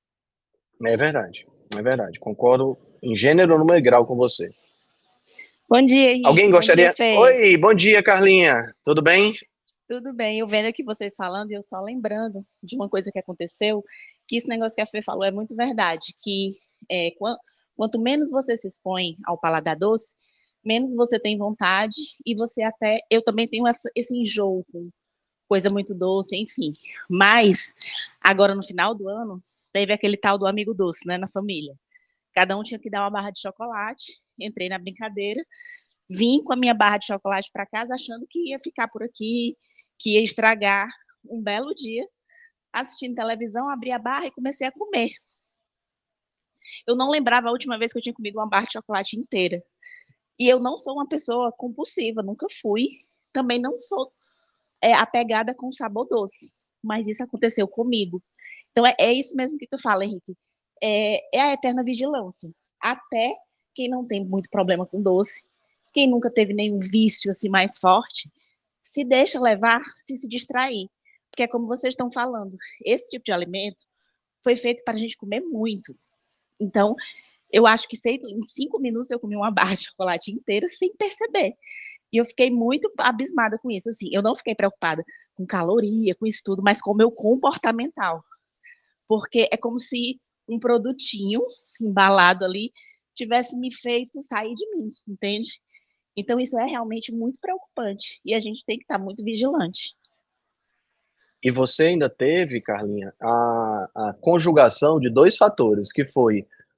É verdade, concordo em gênero, número e grau com você. Bom dia, Alguém Henrique. Bom dia, gostaria? Fê. Oi, bom dia, Carlinha, tudo bem? Tudo bem? Eu vendo aqui vocês falando e eu só lembrando de uma coisa que aconteceu, que esse negócio que a Fê falou é muito verdade, que quanto menos você se expõe ao paladar doce, menos você tem vontade e você até... Eu também tenho esse enjoo com coisa muito doce, enfim. Mas, agora no final do ano, teve aquele tal do amigo doce, né, na família. Cada um tinha que dar uma barra de chocolate, entrei na brincadeira, vim com a minha barra de chocolate para casa achando que ia ficar por aqui, que ia estragar. Um belo dia, assistindo televisão, abri a barra e comecei a comer. Eu não lembrava a última vez que eu tinha comido uma barra de chocolate inteira. E eu não sou uma pessoa compulsiva, nunca fui. Também não sou apegada com sabor doce. Mas isso aconteceu comigo. Então, é isso mesmo que tu fala, Henrique. É a eterna vigilância. Até quem não tem muito problema com doce, quem nunca teve nenhum vício assim mais forte, se deixa levar, se distrair. Porque é como vocês estão falando, esse tipo de alimento foi feito para a gente comer muito. Então, eu acho que em 5 minutos eu comi uma barra de chocolate inteira sem perceber. E eu fiquei muito abismada com isso. Assim, eu não fiquei preocupada com caloria, com isso tudo, mas com o meu comportamental. Porque é como se um produtinho embalado ali tivesse me feito sair de mim, entende? Então, isso é realmente muito preocupante e a gente tem que estar muito vigilante. E você ainda teve, Carlinha, a conjugação de dois fatores, que foi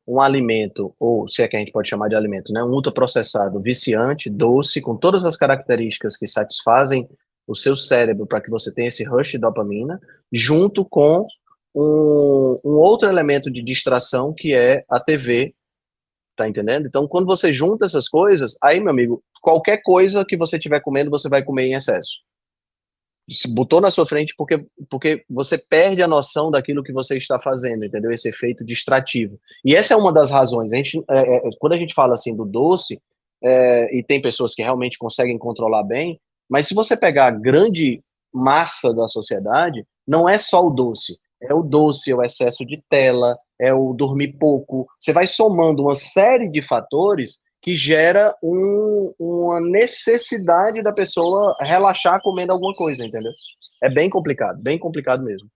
um alimento, ou se é que a gente pode chamar de alimento, né, um ultraprocessado, viciante, doce, com todas as características que satisfazem o seu cérebro para que você tenha esse rush de dopamina, junto com um outro elemento de distração que é a TV, tá entendendo? Então, quando você junta essas coisas, aí, meu amigo, qualquer coisa que você estiver comendo, você vai comer em excesso. Se botou na sua frente porque você perde a noção daquilo que você está fazendo, entendeu? Esse efeito distrativo. E essa é uma das razões. Quando a gente fala assim do doce, e tem pessoas que realmente conseguem controlar bem, mas se você pegar a grande massa da sociedade, não é só o doce. É o doce, é o excesso de tela, é o dormir pouco. Você vai somando uma série de fatores que gera uma necessidade da pessoa relaxar comendo alguma coisa, entendeu? É bem complicado mesmo.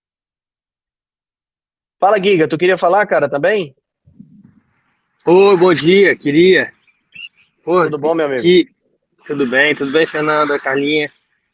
Fala, Giga, tu queria falar, cara, também? Oi, bom dia, queria. Pô, Tudo bom, meu amigo? tudo bem, Fernanda, Carlinha.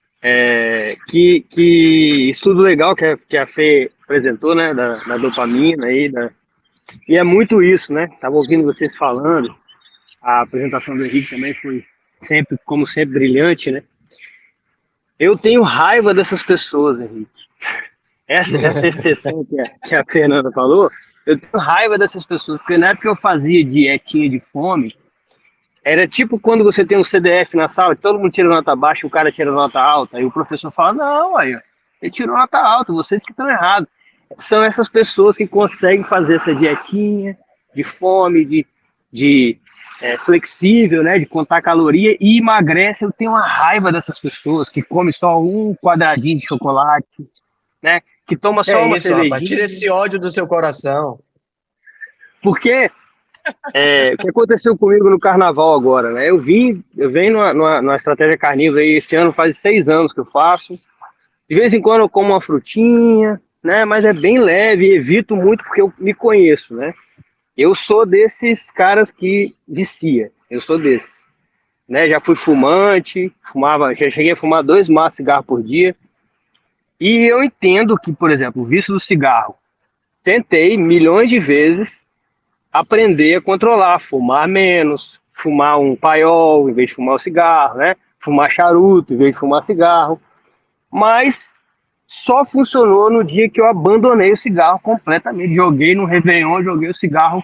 Que estudo legal que a Fê apresentou, né, da dopamina aí, e é muito isso, né? Tava ouvindo vocês falando, a apresentação do Henrique também foi sempre, como sempre, brilhante, né? Eu tenho raiva dessas pessoas, Henrique. Essa exceção que a Fernanda falou, eu tenho raiva dessas pessoas, porque na época que eu fazia dietinha de fome, era tipo quando você tem um CDF na sala, todo mundo tira nota baixa, o cara tira nota alta, aí o professor fala, não, aí, ele tirou nota alta, vocês que estão errados. São essas pessoas que conseguem fazer essa dietinha de fome, de flexível, né, de contar caloria e emagrece. Eu tenho uma raiva dessas pessoas que comem só um quadradinho de chocolate, né, que toma só uma cervejinha. Rapaz, tira esse ódio do seu coração. Porque o que aconteceu comigo no carnaval agora, né? Eu venho numa estratégia carnívora aí, esse ano faz 6 anos que eu faço. De vez em quando eu como uma frutinha, né? Mas é bem leve, evito muito porque eu me conheço, né? Eu sou desses caras que vicia, eu sou desses, né? Já fui fumante, já cheguei a fumar 2 maços de cigarro por dia. E eu entendo que, por exemplo, o vício do cigarro, tentei milhões de vezes aprender a controlar, fumar menos, fumar um paiol em vez de fumar o cigarro, né? Fumar charuto em vez de fumar cigarro. Mas só funcionou no dia que eu abandonei o cigarro completamente. Joguei no Réveillon, joguei o cigarro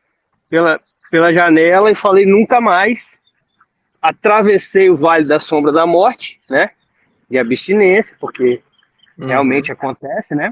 pela janela e falei nunca mais. Atravessei o Vale da Sombra da Morte, né? De abstinência, porque realmente acontece, né?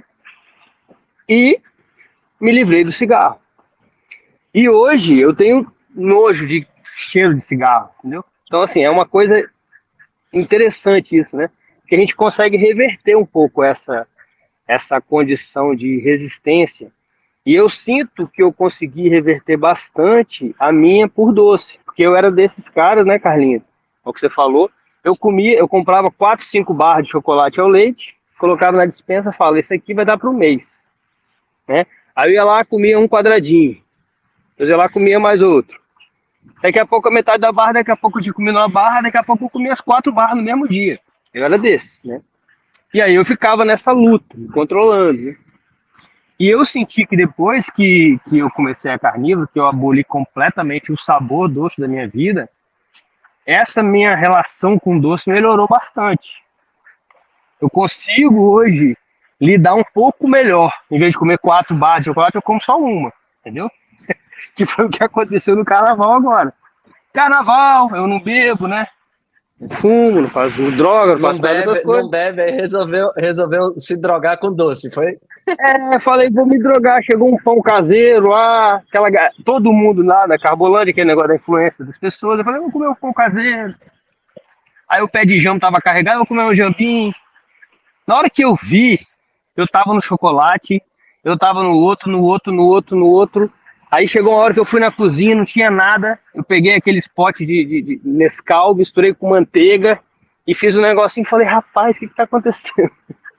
E me livrei do cigarro. E hoje eu tenho nojo de cheiro de cigarro, entendeu? Então, assim, é uma coisa interessante isso, né? Que a gente consegue reverter um pouco essa condição de resistência. E eu sinto que eu consegui reverter bastante a minha por doce. Porque eu era desses caras, né, Carlinhos? É o que você falou. Eu comprava 4, 5 barras de chocolate ao leite, colocava na despensa e falava, isso aqui vai dar para um mês, né? Aí eu ia lá, comia um quadradinho. Eu ia lá, comia mais outro. Daqui a pouco a metade da barra, daqui a pouco eu tinha comido uma barra, daqui a pouco eu comia as 4 barras no mesmo dia. Eu era desses, né? E aí eu ficava nessa luta, me controlando, né? E eu senti que depois que eu comecei a carnívoro, que eu aboli completamente o sabor doce da minha vida, essa minha relação com doce melhorou bastante. Eu consigo hoje lidar um pouco melhor. Em vez de comer 4 barras de chocolate, eu como só uma, entendeu? Que foi o que aconteceu no carnaval agora. Carnaval, eu não bebo, né? Eu fumo, não faço droga, não faço nada das coisas. Não bebe, aí resolveu se drogar com doce, foi? Falei, vou me drogar. Chegou um pão caseiro lá, todo mundo lá da Carbolândia, aquele negócio da influência das pessoas. Eu falei, vou comer um pão caseiro. Aí o pé de jambo tava carregado, eu vou comer um jambinho. Na hora que eu vi, eu tava no chocolate, eu tava no outro. Aí chegou uma hora que eu fui na cozinha, não tinha nada. Eu peguei aqueles potes de Nescau, misturei com manteiga e fiz um negocinho e falei, rapaz, o que tá acontecendo?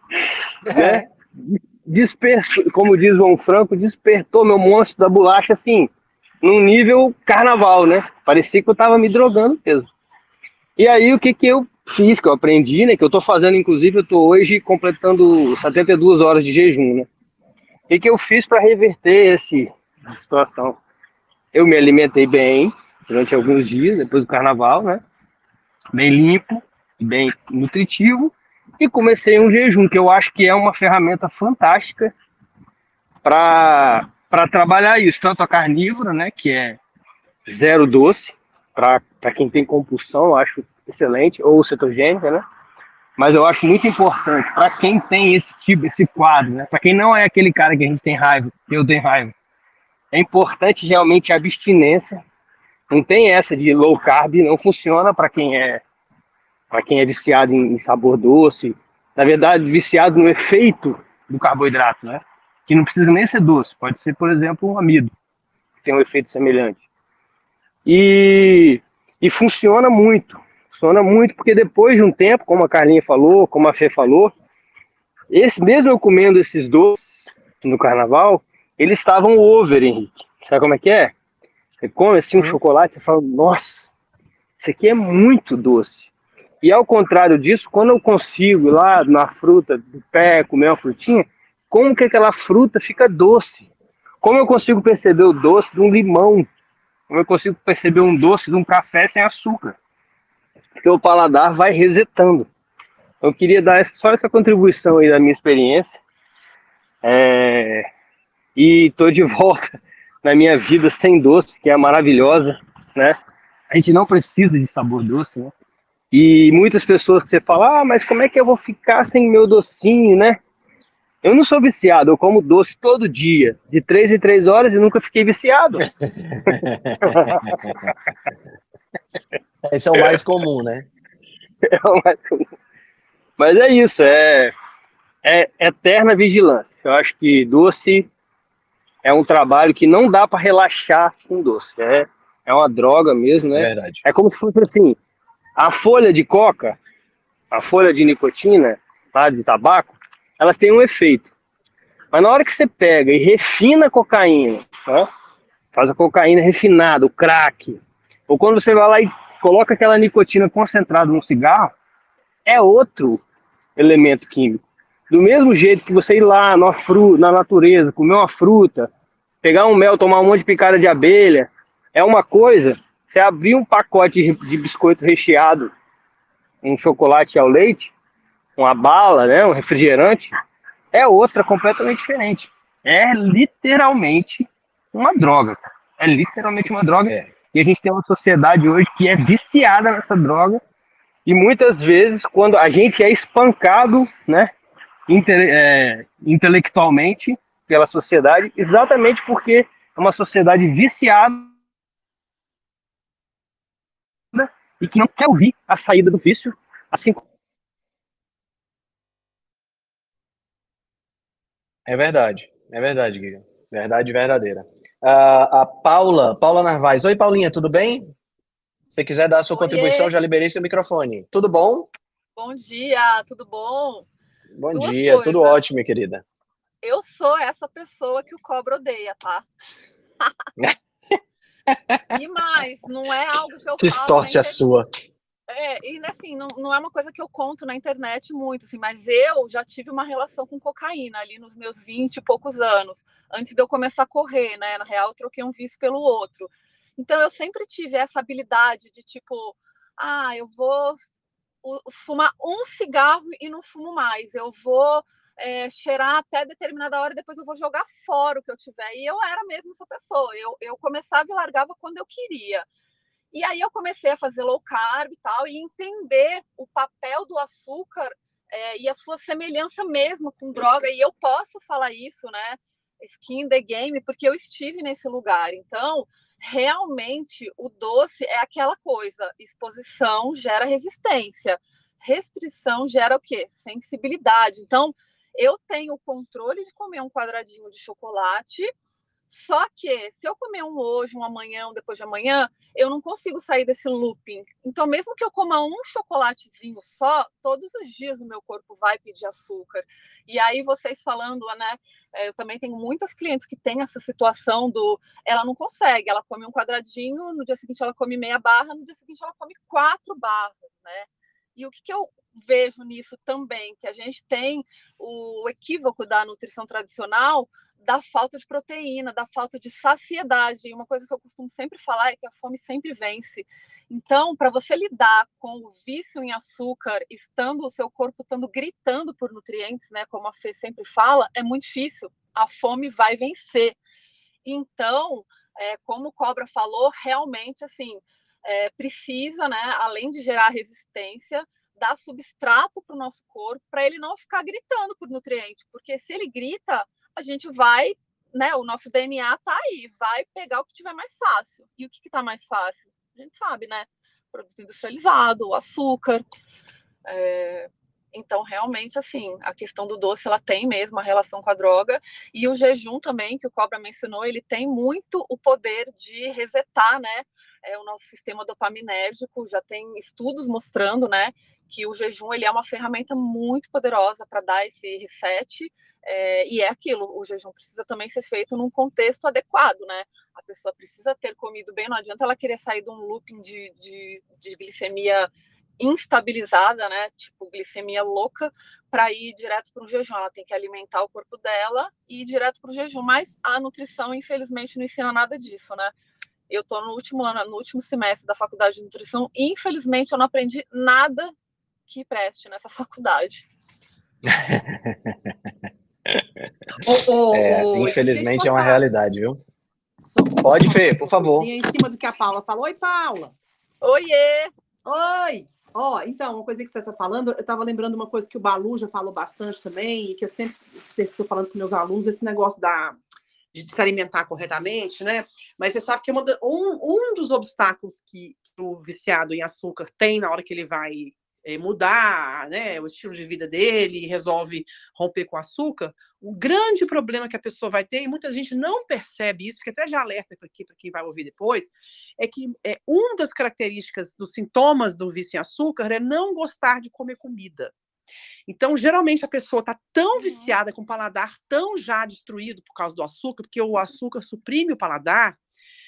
Né? Despertou, como diz João Franco, despertou meu monstro da bolacha, assim, num nível carnaval, né? Parecia que eu tava me drogando mesmo. E aí o que eu fiz, que eu aprendi, né? Que eu tô fazendo, inclusive, eu tô hoje completando 72 horas de jejum, né? O que eu fiz para reverter essa situação. Eu me alimentei bem durante alguns dias, depois do carnaval, né? Bem limpo, bem nutritivo, e comecei um jejum, que eu acho que é uma ferramenta fantástica para trabalhar isso, tanto a carnívora, né, que é zero doce, para quem tem compulsão, eu acho excelente, ou cetogênica, né? Mas eu acho muito importante para quem tem esse quadro, né? Para quem não é aquele cara que a gente tem raiva, que eu tenho raiva, é importante realmente a abstinência. Não tem essa de low carb, não funciona para quem é viciado em sabor doce. Na verdade, viciado no efeito do carboidrato, né? Que não precisa nem ser doce, pode ser, por exemplo, um amido, que tem um efeito semelhante. E funciona muito. Funciona muito porque depois de um tempo, como a Carlinha falou, como a Fê falou, mesmo eu comendo esses doces no carnaval, eles estavam over, Henrique. Sabe como é que é? Você come assim um chocolate e fala, nossa, isso aqui é muito doce. E ao contrário disso, quando eu consigo ir lá na fruta do pé, comer uma frutinha, como que aquela fruta fica doce? Como eu consigo perceber o doce de um limão? Como eu consigo perceber um doce de um café sem açúcar? Porque o paladar vai resetando. Eu queria dar só essa contribuição aí da minha experiência. E estou de volta na minha vida sem doce, que é maravilhosa, né? A gente não precisa de sabor doce, né? E muitas pessoas que você fala, mas como é que eu vou ficar sem meu docinho, né? Eu não sou viciado, eu como doce todo dia, de 3 em 3 horas e nunca fiquei viciado. Esse é o mais comum, né? Mas é isso, é eterna vigilância. Eu acho que doce é um trabalho que não dá para relaxar com doce. É uma droga mesmo, né? Verdade. É como se fosse assim, a folha de coca, a folha de nicotina, tá, de tabaco, elas têm um efeito. Mas na hora que você pega e refina a cocaína, né, faz a cocaína refinada, o crack, ou quando você vai lá e coloca aquela nicotina concentrada no cigarro, é outro elemento químico. Do mesmo jeito que você ir lá na natureza, comer uma fruta, pegar um mel, tomar um monte de picada de abelha, é uma coisa. Você abrir um pacote de biscoito recheado, um chocolate ao leite, uma bala, né, um refrigerante, é outra completamente diferente. É literalmente uma droga. É literalmente uma droga. E a gente tem uma sociedade hoje que é viciada nessa droga. E muitas vezes, quando a gente é espancado, né, intelectualmente pela sociedade, exatamente porque é uma sociedade viciada e que não quer ouvir a saída do vício, assim como... É verdade, Guilherme. Verdade verdadeira. A Paula Narvaez. Oi, Paulinha, tudo bem? Se você quiser dar a sua contribuição, já liberei seu microfone. Tudo bom? Bom dia, tudo bom? Bom dia, tudo ótimo, minha querida. Eu sou essa pessoa que o cobra odeia, tá? E mais, não é algo que eu que falo... sorte a sua. E assim, não é uma coisa que eu conto na internet muito, assim, mas eu já tive uma relação com cocaína ali nos meus 20 e poucos anos, antes de eu começar a correr, né? Na real, eu troquei um vício pelo outro. Então, eu sempre tive essa habilidade de, tipo, eu vou fumar um cigarro e não fumo mais, eu vou cheirar até determinada hora e depois eu vou jogar fora o que eu tiver. E eu era mesmo essa pessoa, eu começava e largava quando eu queria. E aí eu comecei a fazer low carb e tal, e entender o papel do açúcar e a sua semelhança mesmo com droga. E eu posso falar isso, né? Skin in the game, porque eu estive nesse lugar. Então, realmente, o doce é aquela coisa. Exposição gera resistência. Restrição gera o quê? Sensibilidade. Então, eu tenho o controle de comer um quadradinho de chocolate. Só que se eu comer um hoje, um amanhã, um depois de amanhã, eu não consigo sair desse looping. Então, mesmo que eu coma um chocolatezinho só, todos os dias o meu corpo vai pedir açúcar. E aí, vocês falando, né? Eu também tenho muitas clientes que têm essa situação ela não consegue, ela come um quadradinho, no dia seguinte ela come meia barra, no dia seguinte ela come 4 barras, né? E o que eu vejo nisso também, que a gente tem o equívoco da nutrição tradicional, da falta de proteína, da falta de saciedade. E uma coisa que eu costumo sempre falar é que a fome sempre vence. Então, para você lidar com o vício em açúcar, o seu corpo estando gritando por nutrientes, né, como a Fê sempre fala, é muito difícil. A fome vai vencer. Então, como o Cobra falou, realmente, assim, precisa, né, além de gerar resistência, dar substrato para o nosso corpo, para ele não ficar gritando por nutriente, porque se ele grita, a gente vai, né, o nosso DNA está aí, vai pegar o que tiver mais fácil. E o que está mais fácil? A gente sabe, né? Produto industrializado, açúcar. Então, realmente, assim, a questão do doce, ela tem mesmo a relação com a droga. E o jejum também, que o Cobra mencionou, ele tem muito o poder de resetar, né, o nosso sistema dopaminérgico. Já tem estudos mostrando, né, que o jejum, ele é uma ferramenta muito poderosa para dar esse reset. E é aquilo, o jejum precisa também ser feito num contexto adequado, né? A pessoa precisa ter comido bem, não adianta ela querer sair de um looping de glicemia instabilizada, né, tipo glicemia louca, para ir direto para o jejum. Ela tem que alimentar o corpo dela e ir direto para o jejum. Mas a nutrição, infelizmente, não ensina nada disso, né? Eu estou no último ano, no último semestre da faculdade de nutrição, e infelizmente eu não aprendi nada que preste nessa faculdade. Infelizmente é uma realidade, viu? Pode, Fê, por favor. Em cima do que a Paula falou. Oi, Paula. Oiê! Oi! Então, uma coisa que você está falando, eu estava lembrando uma coisa que o Balu já falou bastante também, e que eu sempre estou falando com meus alunos, esse negócio de se alimentar corretamente, né? Mas você sabe que um dos obstáculos que o viciado em açúcar tem na hora que ele vai mudar, né, o estilo de vida dele, resolve romper com o açúcar, o grande problema que a pessoa vai ter, e muita gente não percebe isso, que até já alerta aqui para quem vai ouvir depois, é que uma das características dos sintomas do vício em açúcar é não gostar de comer comida. Então, geralmente, a pessoa está tão viciada, com o paladar tão já destruído por causa do açúcar, porque o açúcar suprime o paladar,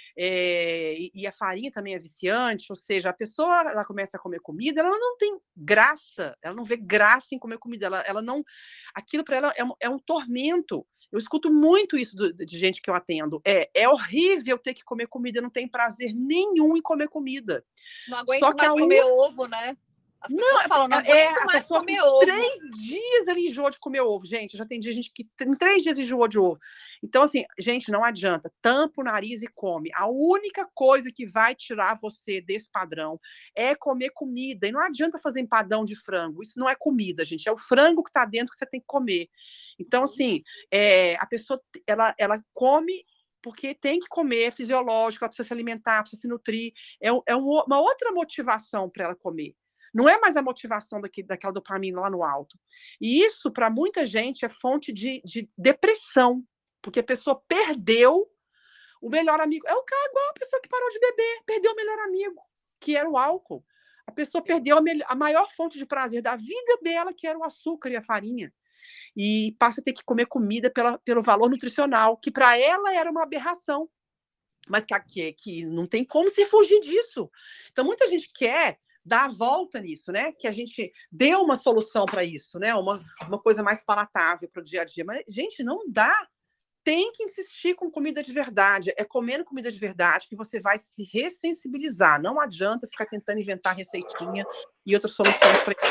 e a farinha também é viciante, ou seja, a pessoa ela começa a comer comida, ela não tem graça, ela não vê graça em comer comida, ela não, aquilo para ela é um tormento. Eu escuto muito isso de gente que eu atendo. É horrível ter que comer comida, não tem prazer nenhum em comer comida. Não aguento mais comer ovo, né? As pessoas falam, não aguento mais comer ovo. 3 dias ele enjoa de comer ovo, gente. Já tem gente que em 3 dias enjoou de ovo. Então, assim, gente, não adianta. Tampa o nariz e come. A única coisa que vai tirar você desse padrão é comer comida. E não adianta fazer empadão de frango. Isso não é comida, gente. É o frango que está dentro que você tem que comer. Então, assim, a pessoa, ela come porque tem que comer, é fisiológico, ela precisa se alimentar, precisa se nutrir. É uma outra motivação para ela comer. Não é mais a motivação daquela dopamina lá no alto. E isso, para muita gente, é fonte de depressão, porque a pessoa perdeu o melhor amigo. É igual a pessoa que parou de beber, perdeu o melhor amigo, que era o álcool. A pessoa perdeu a maior fonte de prazer da vida dela, que era o açúcar e a farinha. E passa a ter que comer comida pelo valor nutricional, que para ela era uma aberração, mas que não tem como se fugir disso. Então, muita gente quer dar a volta nisso, né? Que a gente deu uma solução para isso, né? Uma coisa mais palatável para o dia a dia. Mas, gente, não dá. Tem que insistir com comida de verdade. É comendo comida de verdade que você vai se ressensibilizar. Não adianta ficar tentando inventar receitinha e outras soluções para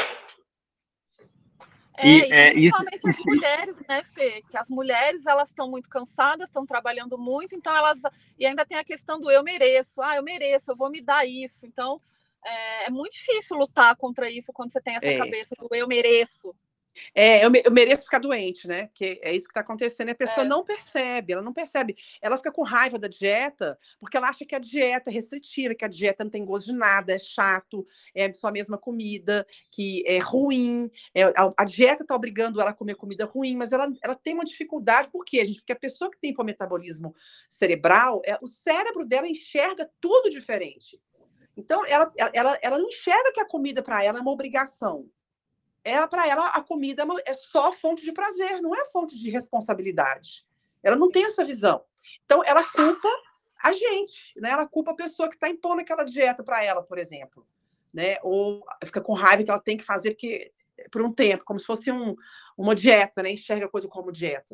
e principalmente as mulheres, né, Fê? Que as mulheres, elas estão muito cansadas, estão trabalhando muito, então elas... E ainda tem a questão do eu mereço. Eu mereço, eu vou me dar isso. Então, é muito difícil lutar contra isso quando você tem essa cabeça do eu mereço. Eu mereço ficar doente, né? Porque é isso que está acontecendo. E a pessoa não percebe, ela não percebe. Ela fica com raiva da dieta, porque ela acha que a dieta é restritiva, que a dieta não tem gosto de nada, é chato, é só a mesma comida, que é ruim. A dieta está obrigando ela a comer comida ruim, mas ela tem uma dificuldade. Por quê, gente? Porque a pessoa que tem hipermetabolismo cerebral, o cérebro dela enxerga tudo diferente. Então, ela não enxerga que a comida para ela é uma obrigação. Para ela, a comida é só fonte de prazer, não é fonte de responsabilidade. Ela não tem essa visão. Então, ela culpa a gente, né? Ela culpa a pessoa que está impondo aquela dieta para ela, por exemplo. Né? Ou fica com raiva que ela tem que fazer por um tempo, como se fosse uma dieta, né? Enxerga a coisa como dieta.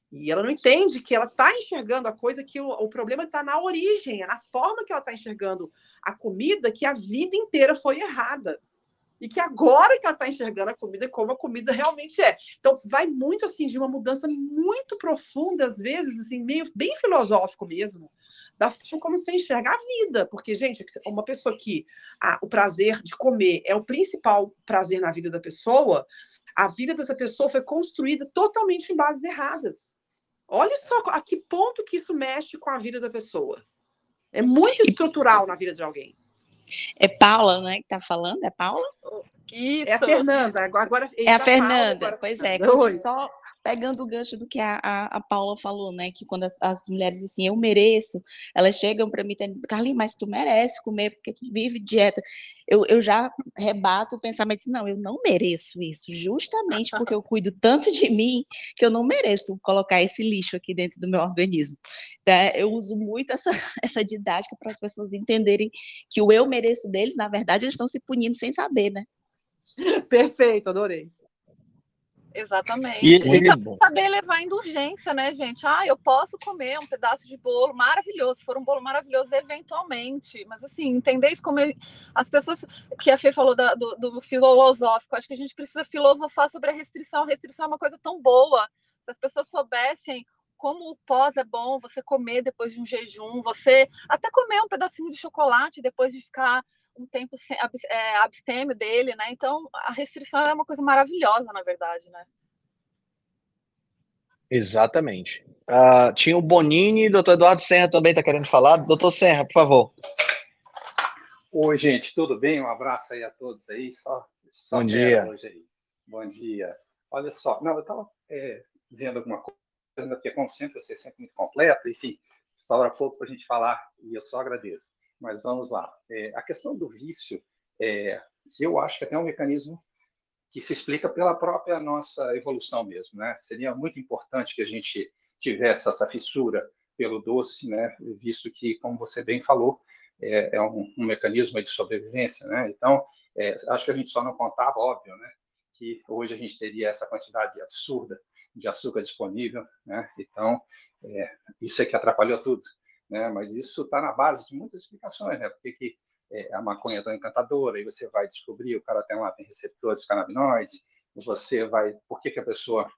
E ela não entende que ela está enxergando a coisa, que o problema está na origem, é na forma que ela está enxergando a comida, que a vida inteira foi errada. E que agora que ela está enxergando a comida como a comida realmente é. Então, vai muito, assim, de uma mudança muito profunda, às vezes, assim, meio bem filosófico mesmo, da forma como você enxerga a vida. Porque, gente, uma pessoa que o prazer de comer é o principal prazer na vida da pessoa, a vida dessa pessoa foi construída totalmente em bases erradas. Olha só a que ponto que isso mexe com a vida da pessoa. É muito estrutural na vida de alguém. É Paula, né, que está falando? É Paula? Isso. É a Fernanda. Agora, é a Fernanda. Paula, pois Fernanda. Só pegando o gancho do que a Paula falou, né? Que quando as mulheres dizem assim, eu mereço, elas chegam para mim e dizem, Carlinhos, mas tu merece comer, porque tu vive dieta. Eu já rebato o pensamento assim, não, eu não mereço isso, justamente porque eu cuido tanto de mim que eu não mereço colocar esse lixo aqui dentro do meu organismo. Tá? Eu uso muito essa didática para as pessoas entenderem que o eu mereço deles, na verdade, eles estão se punindo sem saber, né? Perfeito, adorei. Exatamente. E saber levar indulgência, né, gente? Eu posso comer um pedaço de bolo maravilhoso, se for um bolo maravilhoso, eventualmente. Mas, assim, entender isso como as pessoas... Que a Fê falou do filosófico. Acho que a gente precisa filosofar sobre a restrição. A restrição é uma coisa tão boa. Se as pessoas soubessem como o pós é bom, você comer depois de um jejum, você até comer um pedacinho de chocolate depois de ficar um tempo abstêmio dele, né? Então, a restrição é uma coisa maravilhosa, na verdade, né? Exatamente. Tinha o Bonini e o doutor Eduardo Serra também está querendo falar. Doutor Serra, por favor. Oi, gente, tudo bem? Um abraço aí a todos aí. Só Bom dia. hoje aí. Bom dia. Olha só, não, eu estava vendo alguma coisa, porque, como sempre, você é sempre muito completo, enfim, sobra pouco para a gente falar e eu só agradeço. Mas vamos lá. A questão do vício, eu acho que até é um mecanismo que se explica pela própria nossa evolução mesmo, né? Seria muito importante que a gente tivesse essa fissura pelo doce, né? Visto que, como você bem falou, é um mecanismo de sobrevivência, né? Então, acho que a gente só não contava, óbvio, né? Que hoje a gente teria essa quantidade absurda de açúcar disponível, né? Então, isso é que atrapalhou tudo, né? Mas isso está na base de muitas explicações, né? Porque que a maconha é tão encantadora, e você vai descobrir, o cara tem receptores canabinoides, você vai... Por que a pessoa,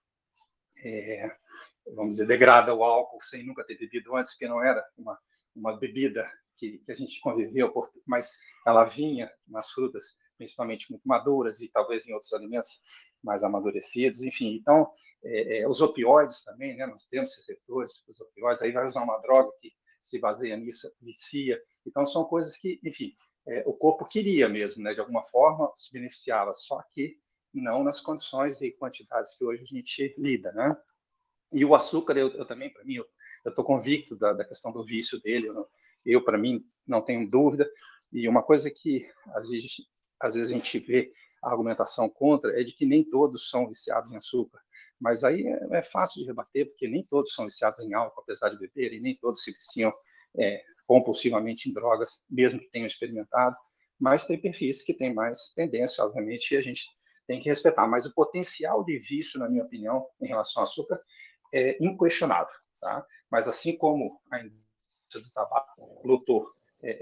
vamos dizer, degrada o álcool sem nunca ter bebido antes, porque não era uma bebida que a gente conviveu, mas ela vinha nas frutas, principalmente muito maduras, e talvez em outros alimentos mais amadurecidos, enfim. Então, os opioides também, né? Nós temos receptores, os opioides, aí vai usar uma droga que se baseia nisso, vicia. Então, são coisas que, enfim, o corpo queria mesmo, né? De alguma forma, se beneficiava, só que não nas condições e quantidades que hoje a gente lida, né? E o açúcar, eu também, para mim, eu estou convicto da questão do vício dele. Eu, para mim, não tenho dúvida. E uma coisa que, às vezes a gente vê a argumentação contra é de que nem todos são viciados em açúcar. Mas aí é fácil de rebater, porque nem todos são viciados em álcool, apesar de beber, e nem todos se viciam compulsivamente em drogas, mesmo que tenham experimentado. Mas tem perfis que têm mais tendência, obviamente, e a gente tem que respeitar. Mas o potencial de vício, na minha opinião, em relação ao açúcar, é inquestionável, tá? Mas assim como a indústria do tabaco lutou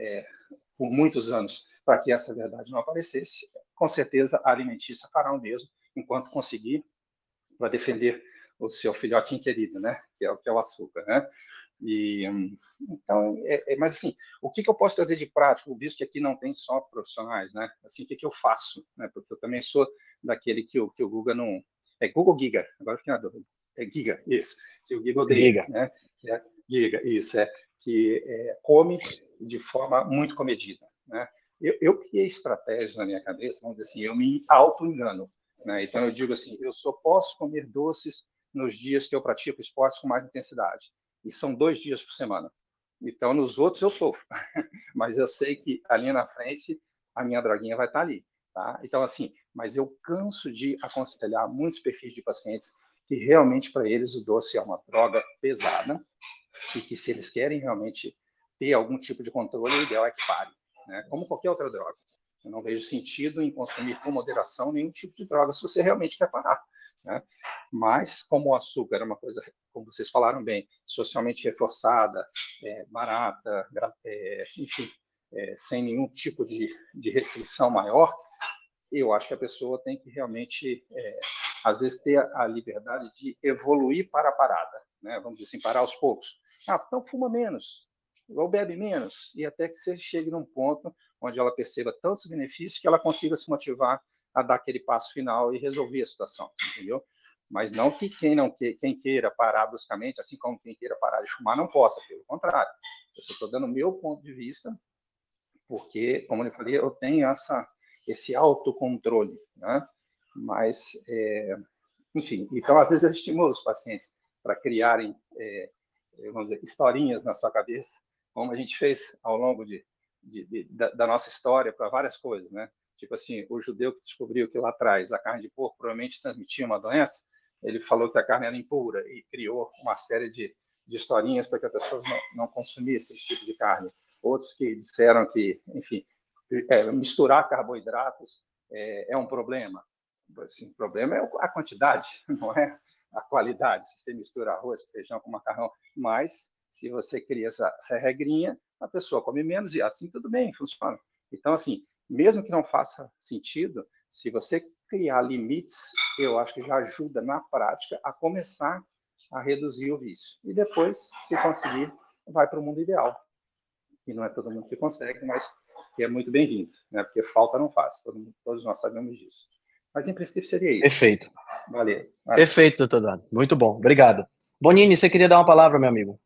por muitos anos para que essa verdade não aparecesse, com certeza a alimentícia fará o mesmo enquanto conseguir para defender o seu filhotinho querido, né? Que é o açúcar, né? E então, mas assim, o que eu posso trazer de prático, visto que aqui não tem só profissionais, né? Assim, o que eu faço, né? Porque eu também sou daquele que o Guga não Google Giga, agora fiquei na dúvida. Giga, isso, que o Giga odeia, Giga. né? Giga, isso, que come de forma muito comedida, né? Eu criei estratégias na minha cabeça, vamos dizer assim, eu me auto-engano, né? Então, eu digo assim, eu só posso comer doces nos dias que eu pratico esportes com mais intensidade. E são 2 dias por semana. Então, nos outros eu sofro. Mas eu sei que ali na frente, a minha droguinha vai estar ali. Tá? Então, assim, mas eu canso de aconselhar muitos perfis de pacientes que realmente, para eles, o doce é uma droga pesada e que, se eles querem realmente ter algum tipo de controle, o ideal é que pare, né? Como qualquer outra droga. Eu não vejo sentido em consumir com moderação nenhum tipo de droga se você realmente quer parar. né? Mas, como o açúcar é uma coisa, como vocês falaram bem, socialmente reforçada, barata, enfim, sem nenhum tipo de restrição maior, eu acho que a pessoa tem que realmente, às vezes, ter a liberdade de evoluir para a parada, né? Vamos dizer assim, parar aos poucos. Então fuma menos, ou bebe menos, e até que você chegue num ponto onde ela perceba tantos benefícios que ela consiga se motivar a dar aquele passo final e resolver a situação, entendeu? Mas não que quem queira parar bruscamente, assim como quem queira parar de fumar, não possa, pelo contrário. Eu estou dando o meu ponto de vista, porque, como eu falei, eu tenho esse autocontrole, né? Mas, enfim, então, às vezes eu estimulo os pacientes para criarem, vamos dizer, historinhas na sua cabeça, como a gente fez ao longo da nossa história para várias coisas, né? Tipo assim, o judeu que descobriu que lá atrás a carne de porco provavelmente transmitia uma doença, ele falou que a carne era impura e criou uma série de historinhas para que as pessoas não consumissem esse tipo de carne. Outros que disseram que, enfim, misturar carboidratos é um problema. Assim, o problema é a quantidade, não é a qualidade. Se você mistura arroz, feijão com macarrão, mas se você cria essa regrinha, a pessoa come menos e assim tudo bem, funciona. Então, assim, mesmo que não faça sentido, se você criar limites, eu acho que já ajuda na prática a começar a reduzir o vício. E depois, se conseguir, vai para o mundo ideal. E não é todo mundo que consegue, mas que é muito bem-vindo, né? Porque falta não faz, todos nós sabemos disso. Mas, em princípio, seria isso. Perfeito. Valeu. Perfeito, doutor Eduardo. Muito bom. Obrigado. Bonini, você queria dar uma palavra, meu amigo?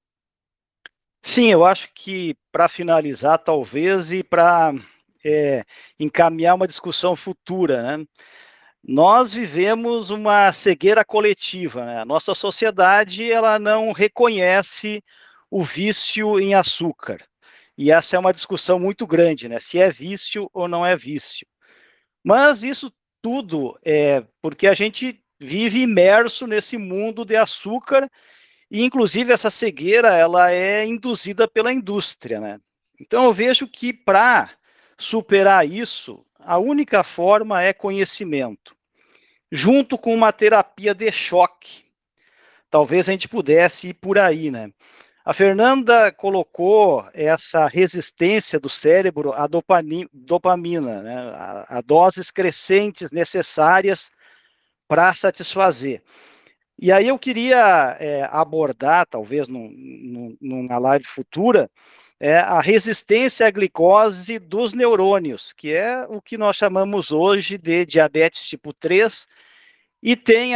Sim, eu acho que para finalizar, talvez, e para encaminhar uma discussão futura, né? Nós vivemos uma cegueira coletiva, né? A nossa sociedade, ela não reconhece o vício em açúcar. E essa é uma discussão muito grande, né? Se é vício ou não é vício. Mas isso tudo é porque a gente vive imerso nesse mundo de açúcar e, inclusive, essa cegueira, ela é induzida pela indústria, né? Então, eu vejo que para superar isso, a única forma é conhecimento, junto com uma terapia de choque. Talvez a gente pudesse ir por aí, né? A Fernanda colocou essa resistência do cérebro à dopamina, né? A doses crescentes necessárias para satisfazer. E aí eu queria abordar, talvez numa live futura, a resistência à glicose dos neurônios, que é o que nós chamamos hoje de diabetes tipo 3, e tem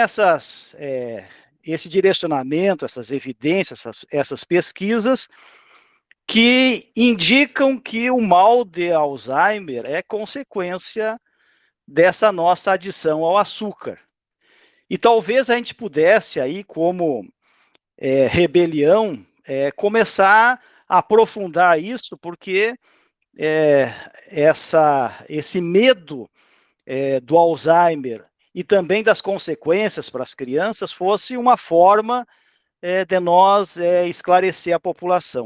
esse direcionamento, essas evidências, essas pesquisas que indicam que o mal de Alzheimer é consequência dessa nossa adição ao açúcar. E talvez a gente pudesse aí, como rebelião, começar a aprofundar isso, porque esse medo do Alzheimer e também das consequências para as crianças fosse uma forma de nós esclarecer a população.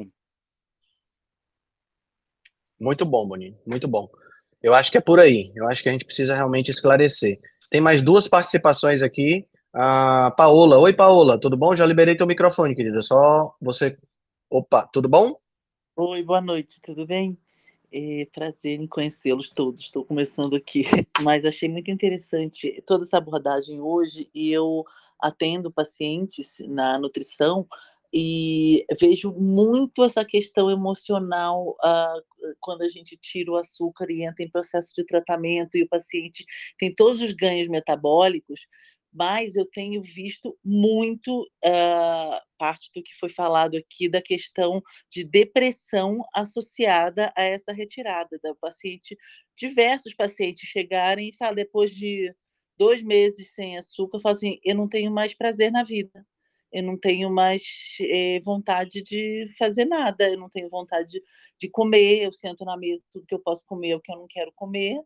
Muito bom, Bonini, muito bom. Eu acho que é por aí. Eu acho que a gente precisa realmente esclarecer. Tem mais duas participações aqui. A Paola. Oi, Paola, tudo bom? Já liberei teu microfone, querida. Só você... Opa, tudo bom? Oi, boa noite, tudo bem? Prazer em conhecê-los todos. Estou começando aqui, mas achei muito interessante toda essa abordagem hoje e eu atendo pacientes na nutrição e vejo muito essa questão emocional quando a gente tira o açúcar e entra em processo de tratamento e o paciente tem todos os ganhos metabólicos, mas eu tenho visto muito parte do que foi falado aqui da questão de depressão associada a essa retirada da paciente. Diversos pacientes chegarem e falam, depois de 2 meses sem açúcar, falam assim, eu não tenho mais prazer na vida, eu não tenho mais vontade de fazer nada, eu não tenho vontade de comer, eu sento na mesa, tudo que eu posso comer é o que eu não quero comer,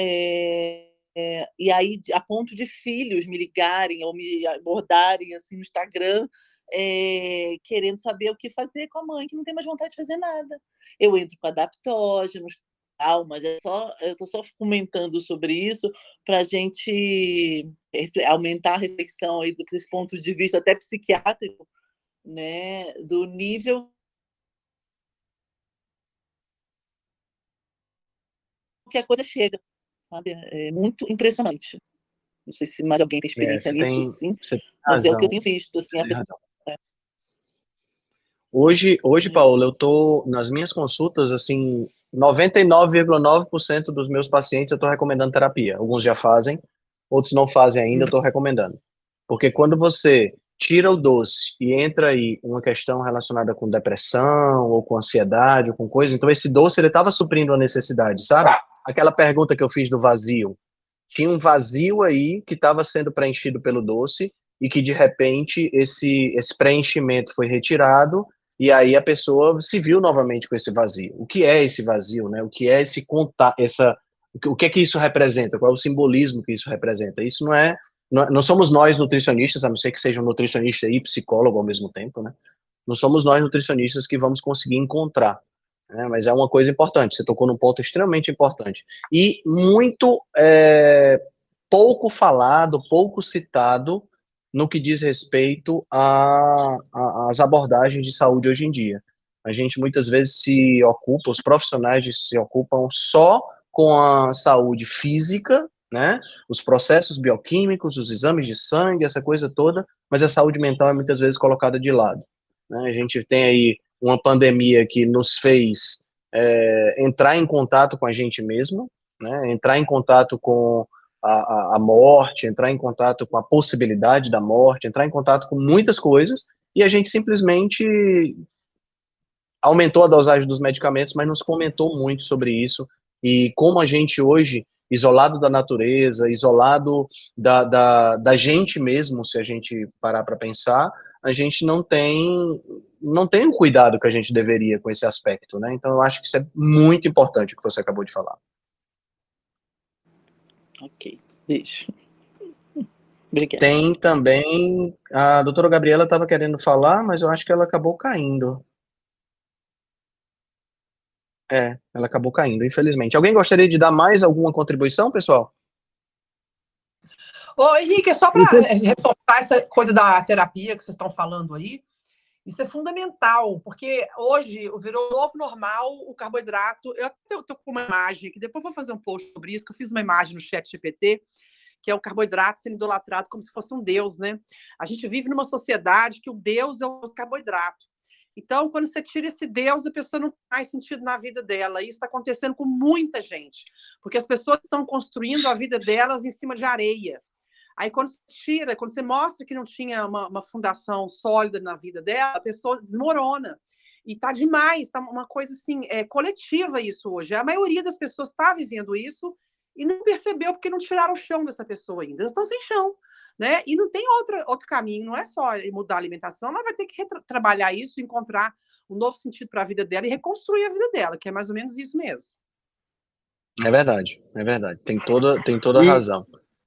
e aí, a ponto de filhos me ligarem ou me abordarem assim, no Instagram, querendo saber o que fazer com a mãe, que não tem mais vontade de fazer nada. Eu entro com adaptógenos, mas eu estou só comentando sobre isso para a gente aumentar a reflexão aí desse ponto de vista até psiquiátrico, né, do nível que a coisa chega, sabe? É muito impressionante. Não sei se mais alguém tem experiência nisso, sim, mas é o que eu tenho visto, assim, a pessoa... Hoje, Paola, eu tô nas minhas consultas, assim, 99,9% dos meus pacientes eu estou recomendando terapia. Alguns já fazem, outros não fazem ainda, eu estou recomendando. Porque quando você tira o doce e entra aí uma questão relacionada com depressão, ou com ansiedade, ou com coisa, então esse doce, ele estava suprindo uma necessidade, sabe? Aquela pergunta que eu fiz do vazio. Tinha um vazio aí que estava sendo preenchido pelo doce, e que, de repente, esse preenchimento foi retirado, e aí a pessoa se viu novamente com esse vazio. O que é esse vazio, né? O que é esse contato, o que é que isso representa? Qual é o simbolismo que isso representa? Isso não somos nós nutricionistas, a não ser que seja um nutricionista e psicólogo ao mesmo tempo, né? Não somos nós nutricionistas que vamos conseguir encontrar, né? Mas é uma coisa importante, você tocou num ponto extremamente importante. E muito pouco falado, pouco citado, no que diz respeito às abordagens de saúde hoje em dia. A gente muitas vezes se ocupa, os profissionais se ocupam só com a saúde física, né, os processos bioquímicos, os exames de sangue, essa coisa toda, mas a saúde mental é muitas vezes colocada de lado, né? A gente tem aí uma pandemia que nos fez entrar em contato com a gente mesmo, né, entrar em contato com a morte, entrar em contato com a possibilidade da morte, entrar em contato com muitas coisas, e a gente simplesmente aumentou a dosagem dos medicamentos, mas não se comentou muito sobre isso, e como a gente hoje, isolado da natureza, isolado da gente mesmo, se a gente parar para pensar, a gente não tem o cuidado que a gente deveria com esse aspecto, né? Então eu acho que isso é muito importante o que você acabou de falar. Ok, beijo. Obrigada. Tem também, a doutora Gabriela estava querendo falar, mas eu acho que ela acabou caindo. Ela acabou caindo, infelizmente. Alguém gostaria de dar mais alguma contribuição, pessoal? Ô, Henrique, só para reforçar essa coisa da terapia que vocês estão falando aí, isso é fundamental, porque hoje virou novo normal o carboidrato. Eu até estou com uma imagem, que depois vou fazer um post sobre isso, que eu fiz uma imagem no ChatGPT, que é o carboidrato sendo idolatrado como se fosse um deus, né? A gente vive numa sociedade que o deus é o carboidrato. Então, quando você tira esse deus, a pessoa não faz sentido na vida dela. Isso está acontecendo com muita gente, porque as pessoas estão construindo a vida delas em cima de areia. Aí, quando você tira, quando você mostra que não tinha uma fundação sólida na vida dela, a pessoa desmorona. E tá demais, tá uma coisa assim, coletiva isso hoje. A maioria das pessoas está vivendo isso e não percebeu porque não tiraram o chão dessa pessoa ainda. Elas estão sem chão, né? E não tem outro caminho, não é só mudar a alimentação, ela vai ter que trabalhar isso, encontrar um novo sentido para a vida dela e reconstruir a vida dela, que é mais ou menos isso mesmo. É verdade. Tem toda a razão.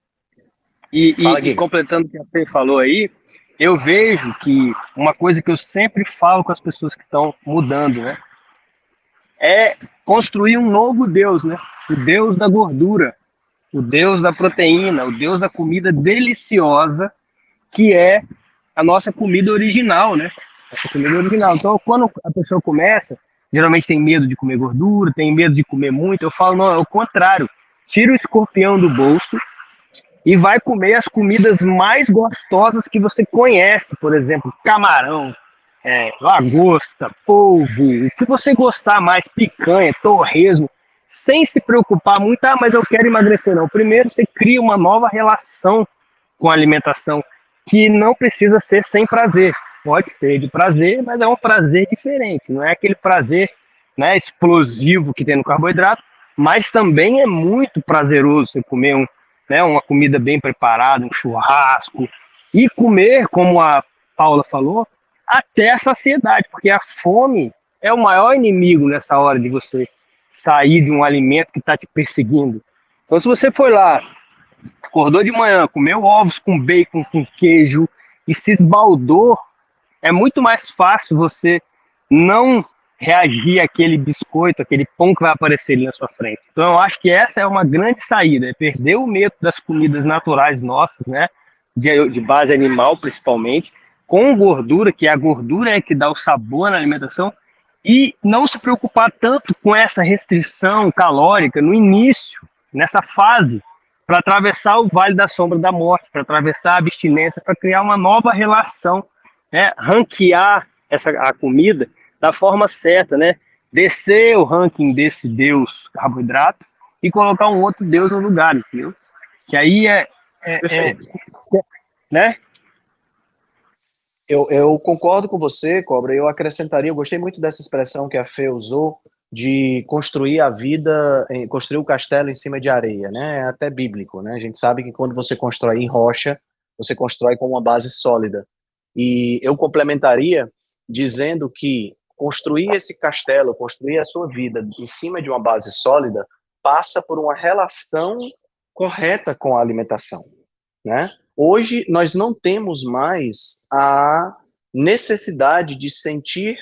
E completando o que a Fê falou aí, eu vejo que uma coisa que eu sempre falo com as pessoas que estão mudando, né, é construir um novo Deus, né? O Deus da gordura, o Deus da proteína, o Deus da comida deliciosa, que é a nossa comida original, né? Nossa comida original. Então, quando a pessoa começa, geralmente tem medo de comer gordura, tem medo de comer muito, eu falo, não, é o contrário. Tira o escorpião do bolso e vai comer as comidas mais gostosas que você conhece, por exemplo, camarão, lagosta, polvo, o que você gostar mais, picanha, torresmo, sem se preocupar muito, mas eu quero emagrecer, não. Primeiro você cria uma nova relação com a alimentação, que não precisa ser sem prazer, pode ser de prazer, mas é um prazer diferente, não é aquele prazer, né, explosivo que tem no carboidrato, mas também é muito prazeroso você comer uma comida bem preparada, um churrasco, e comer, como a Paula falou, até a saciedade, porque a fome é o maior inimigo nessa hora de você sair de um alimento que está te perseguindo. Então, se você foi lá, acordou de manhã, comeu ovos com bacon, com queijo, e se esbaldou, é muito mais fácil você não reagir àquele biscoito, aquele pão que vai aparecer ali na sua frente. Então eu acho que essa é uma grande saída, é perder o medo das comidas naturais nossas, né, de base animal principalmente, com gordura, que a gordura é que dá o sabor na alimentação, e não se preocupar tanto com essa restrição calórica no início, nessa fase, para atravessar o vale da sombra da morte, para atravessar a abstinência, para criar uma nova relação, né, ranquear a comida da forma certa, né? Descer o ranking desse Deus carboidrato e colocar um outro Deus no lugar, entendeu? Que aí né? Eu concordo com você, Cobra. Eu acrescentaria, eu gostei muito dessa expressão que a Fê usou de construir a vida, construir o castelo em cima de areia, né? É até bíblico, né? A gente sabe que quando você constrói em rocha, você constrói com uma base sólida. E eu complementaria dizendo que construir esse castelo, construir a sua vida em cima de uma base sólida, passa por uma relação correta com a alimentação, né? Hoje nós não temos mais a necessidade de sentir,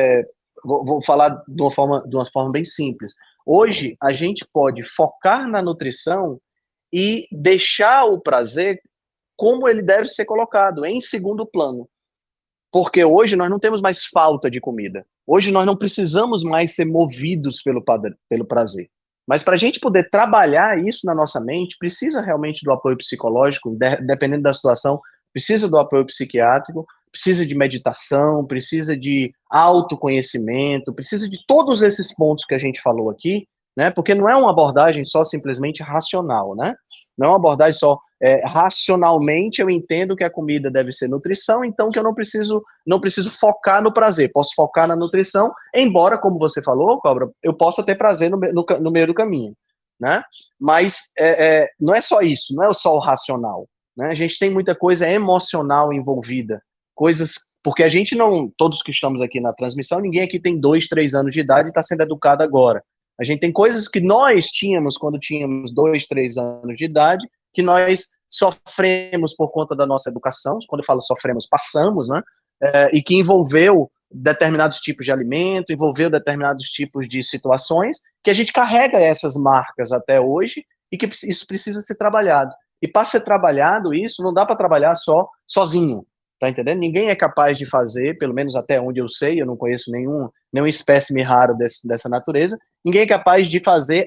vou falar de uma forma bem simples. Hoje a gente pode focar na nutrição e deixar o prazer como ele deve ser colocado, em segundo plano. Porque hoje nós não temos mais falta de comida. Hoje nós não precisamos mais ser movidos pelo prazer. Mas para a gente poder trabalhar isso na nossa mente, precisa realmente do apoio psicológico, dependendo da situação, precisa do apoio psiquiátrico, precisa de meditação, precisa de autoconhecimento, precisa de todos esses pontos que a gente falou aqui, né? Porque não é uma abordagem só simplesmente racional, né? Não é uma abordagem só racionalmente eu entendo que a comida deve ser nutrição, então que eu não preciso focar no prazer, posso focar na nutrição, embora, como você falou, Cobra, eu possa ter prazer no meio do caminho, né? Mas não é só isso, não é só o racional, né? A gente tem muita coisa emocional envolvida, coisas, porque a gente não, todos que estamos aqui na transmissão, ninguém aqui tem 2, 3 anos de idade e está sendo educado agora. A gente tem coisas que nós tínhamos quando tínhamos 2, 3 anos de idade, que nós sofremos por conta da nossa educação, quando eu falo sofremos, passamos, né? E que envolveu determinados tipos de alimento, envolveu determinados tipos de situações, que a gente carrega essas marcas até hoje, e que isso precisa ser trabalhado. E para ser trabalhado isso, não dá para trabalhar sozinho, tá entendendo? Ninguém é capaz de fazer, pelo menos até onde eu sei, eu não conheço nenhum espécime raro dessa natureza, ninguém é capaz de fazer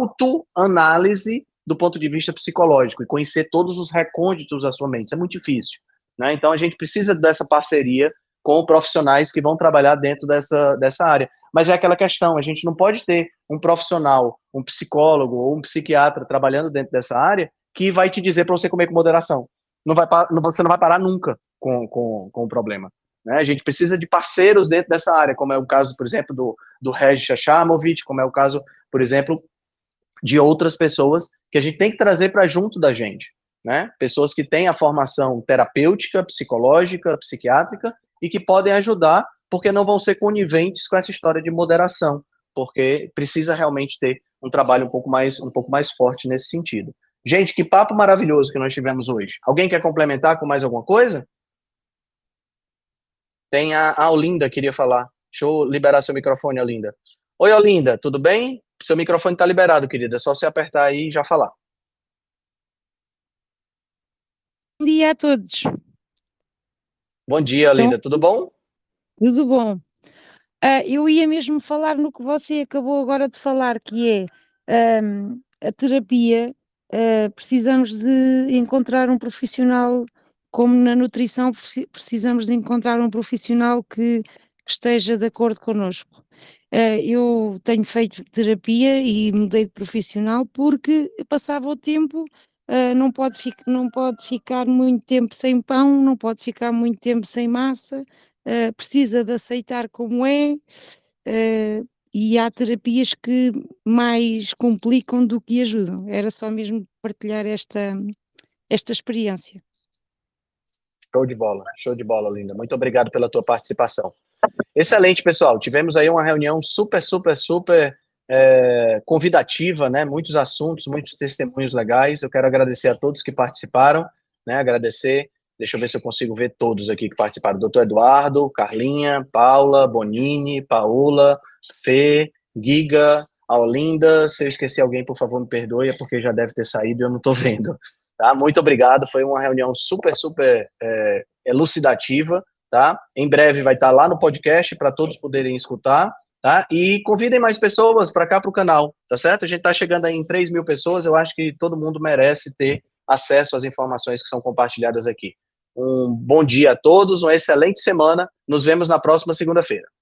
autoanálise do ponto de vista psicológico e conhecer todos os recônditos da sua mente. Isso é muito difícil, né? Então a gente precisa dessa parceria com profissionais que vão trabalhar dentro dessa área. Mas é aquela questão, a gente não pode ter um profissional, um psicólogo ou um psiquiatra trabalhando dentro dessa área que vai te dizer para você comer com moderação. Você não vai parar nunca com o problema, né? A gente precisa de parceiros dentro dessa área, como é o caso, por exemplo, do Regis Chachamovich, como é o caso, por exemplo, de outras pessoas que a gente tem que trazer para junto da gente, né? Pessoas que têm a formação terapêutica, psicológica, psiquiátrica e que podem ajudar, porque não vão ser coniventes com essa história de moderação, porque precisa realmente ter um trabalho um pouco mais forte nesse sentido. Gente, que papo maravilhoso que nós tivemos hoje. Alguém quer complementar com mais alguma coisa? Tem a Olinda queria falar. Deixa eu liberar seu microfone, Olinda. Oi, Olinda, tudo bem? Seu microfone está liberado, querida. É só você apertar aí e já falar. Bom dia a todos. Bom dia, Olinda. Tudo bom? Tudo bom. Eu ia mesmo falar no que você acabou agora de falar, que é a terapia. Precisamos de encontrar um profissional, como na nutrição, precisamos de encontrar um profissional que esteja de acordo connosco. Eu tenho feito terapia e mudei de profissional porque passava o tempo, não pode ficar muito tempo sem pão, não pode ficar muito tempo sem massa, precisa de aceitar como é, e há terapias que mais complicam do que ajudam. Era só mesmo partilhar esta experiência. Show de bola, Linda. Muito obrigado pela tua participação. Excelente, pessoal. Tivemos aí uma reunião super convidativa, né? Muitos assuntos, muitos testemunhos legais. Eu quero agradecer a todos que participaram, né? Agradecer Deixa eu ver se eu consigo ver todos aqui que participaram. Doutor Eduardo, Carlinha, Paula, Bonini, Paola, Fê, Giga, Aulinda. Se eu esqueci alguém, por favor, me perdoe, é porque já deve ter saído e eu não estou vendo. Tá? Muito obrigado, foi uma reunião super elucidativa. Tá? Em breve vai estar lá no podcast para todos poderem escutar. Tá? E convidem mais pessoas para cá para o canal, tá certo? A gente está chegando aí em 3.000 pessoas, eu acho que todo mundo merece ter acesso às informações que são compartilhadas aqui. Um bom dia a todos, uma excelente semana, nos vemos na próxima segunda-feira.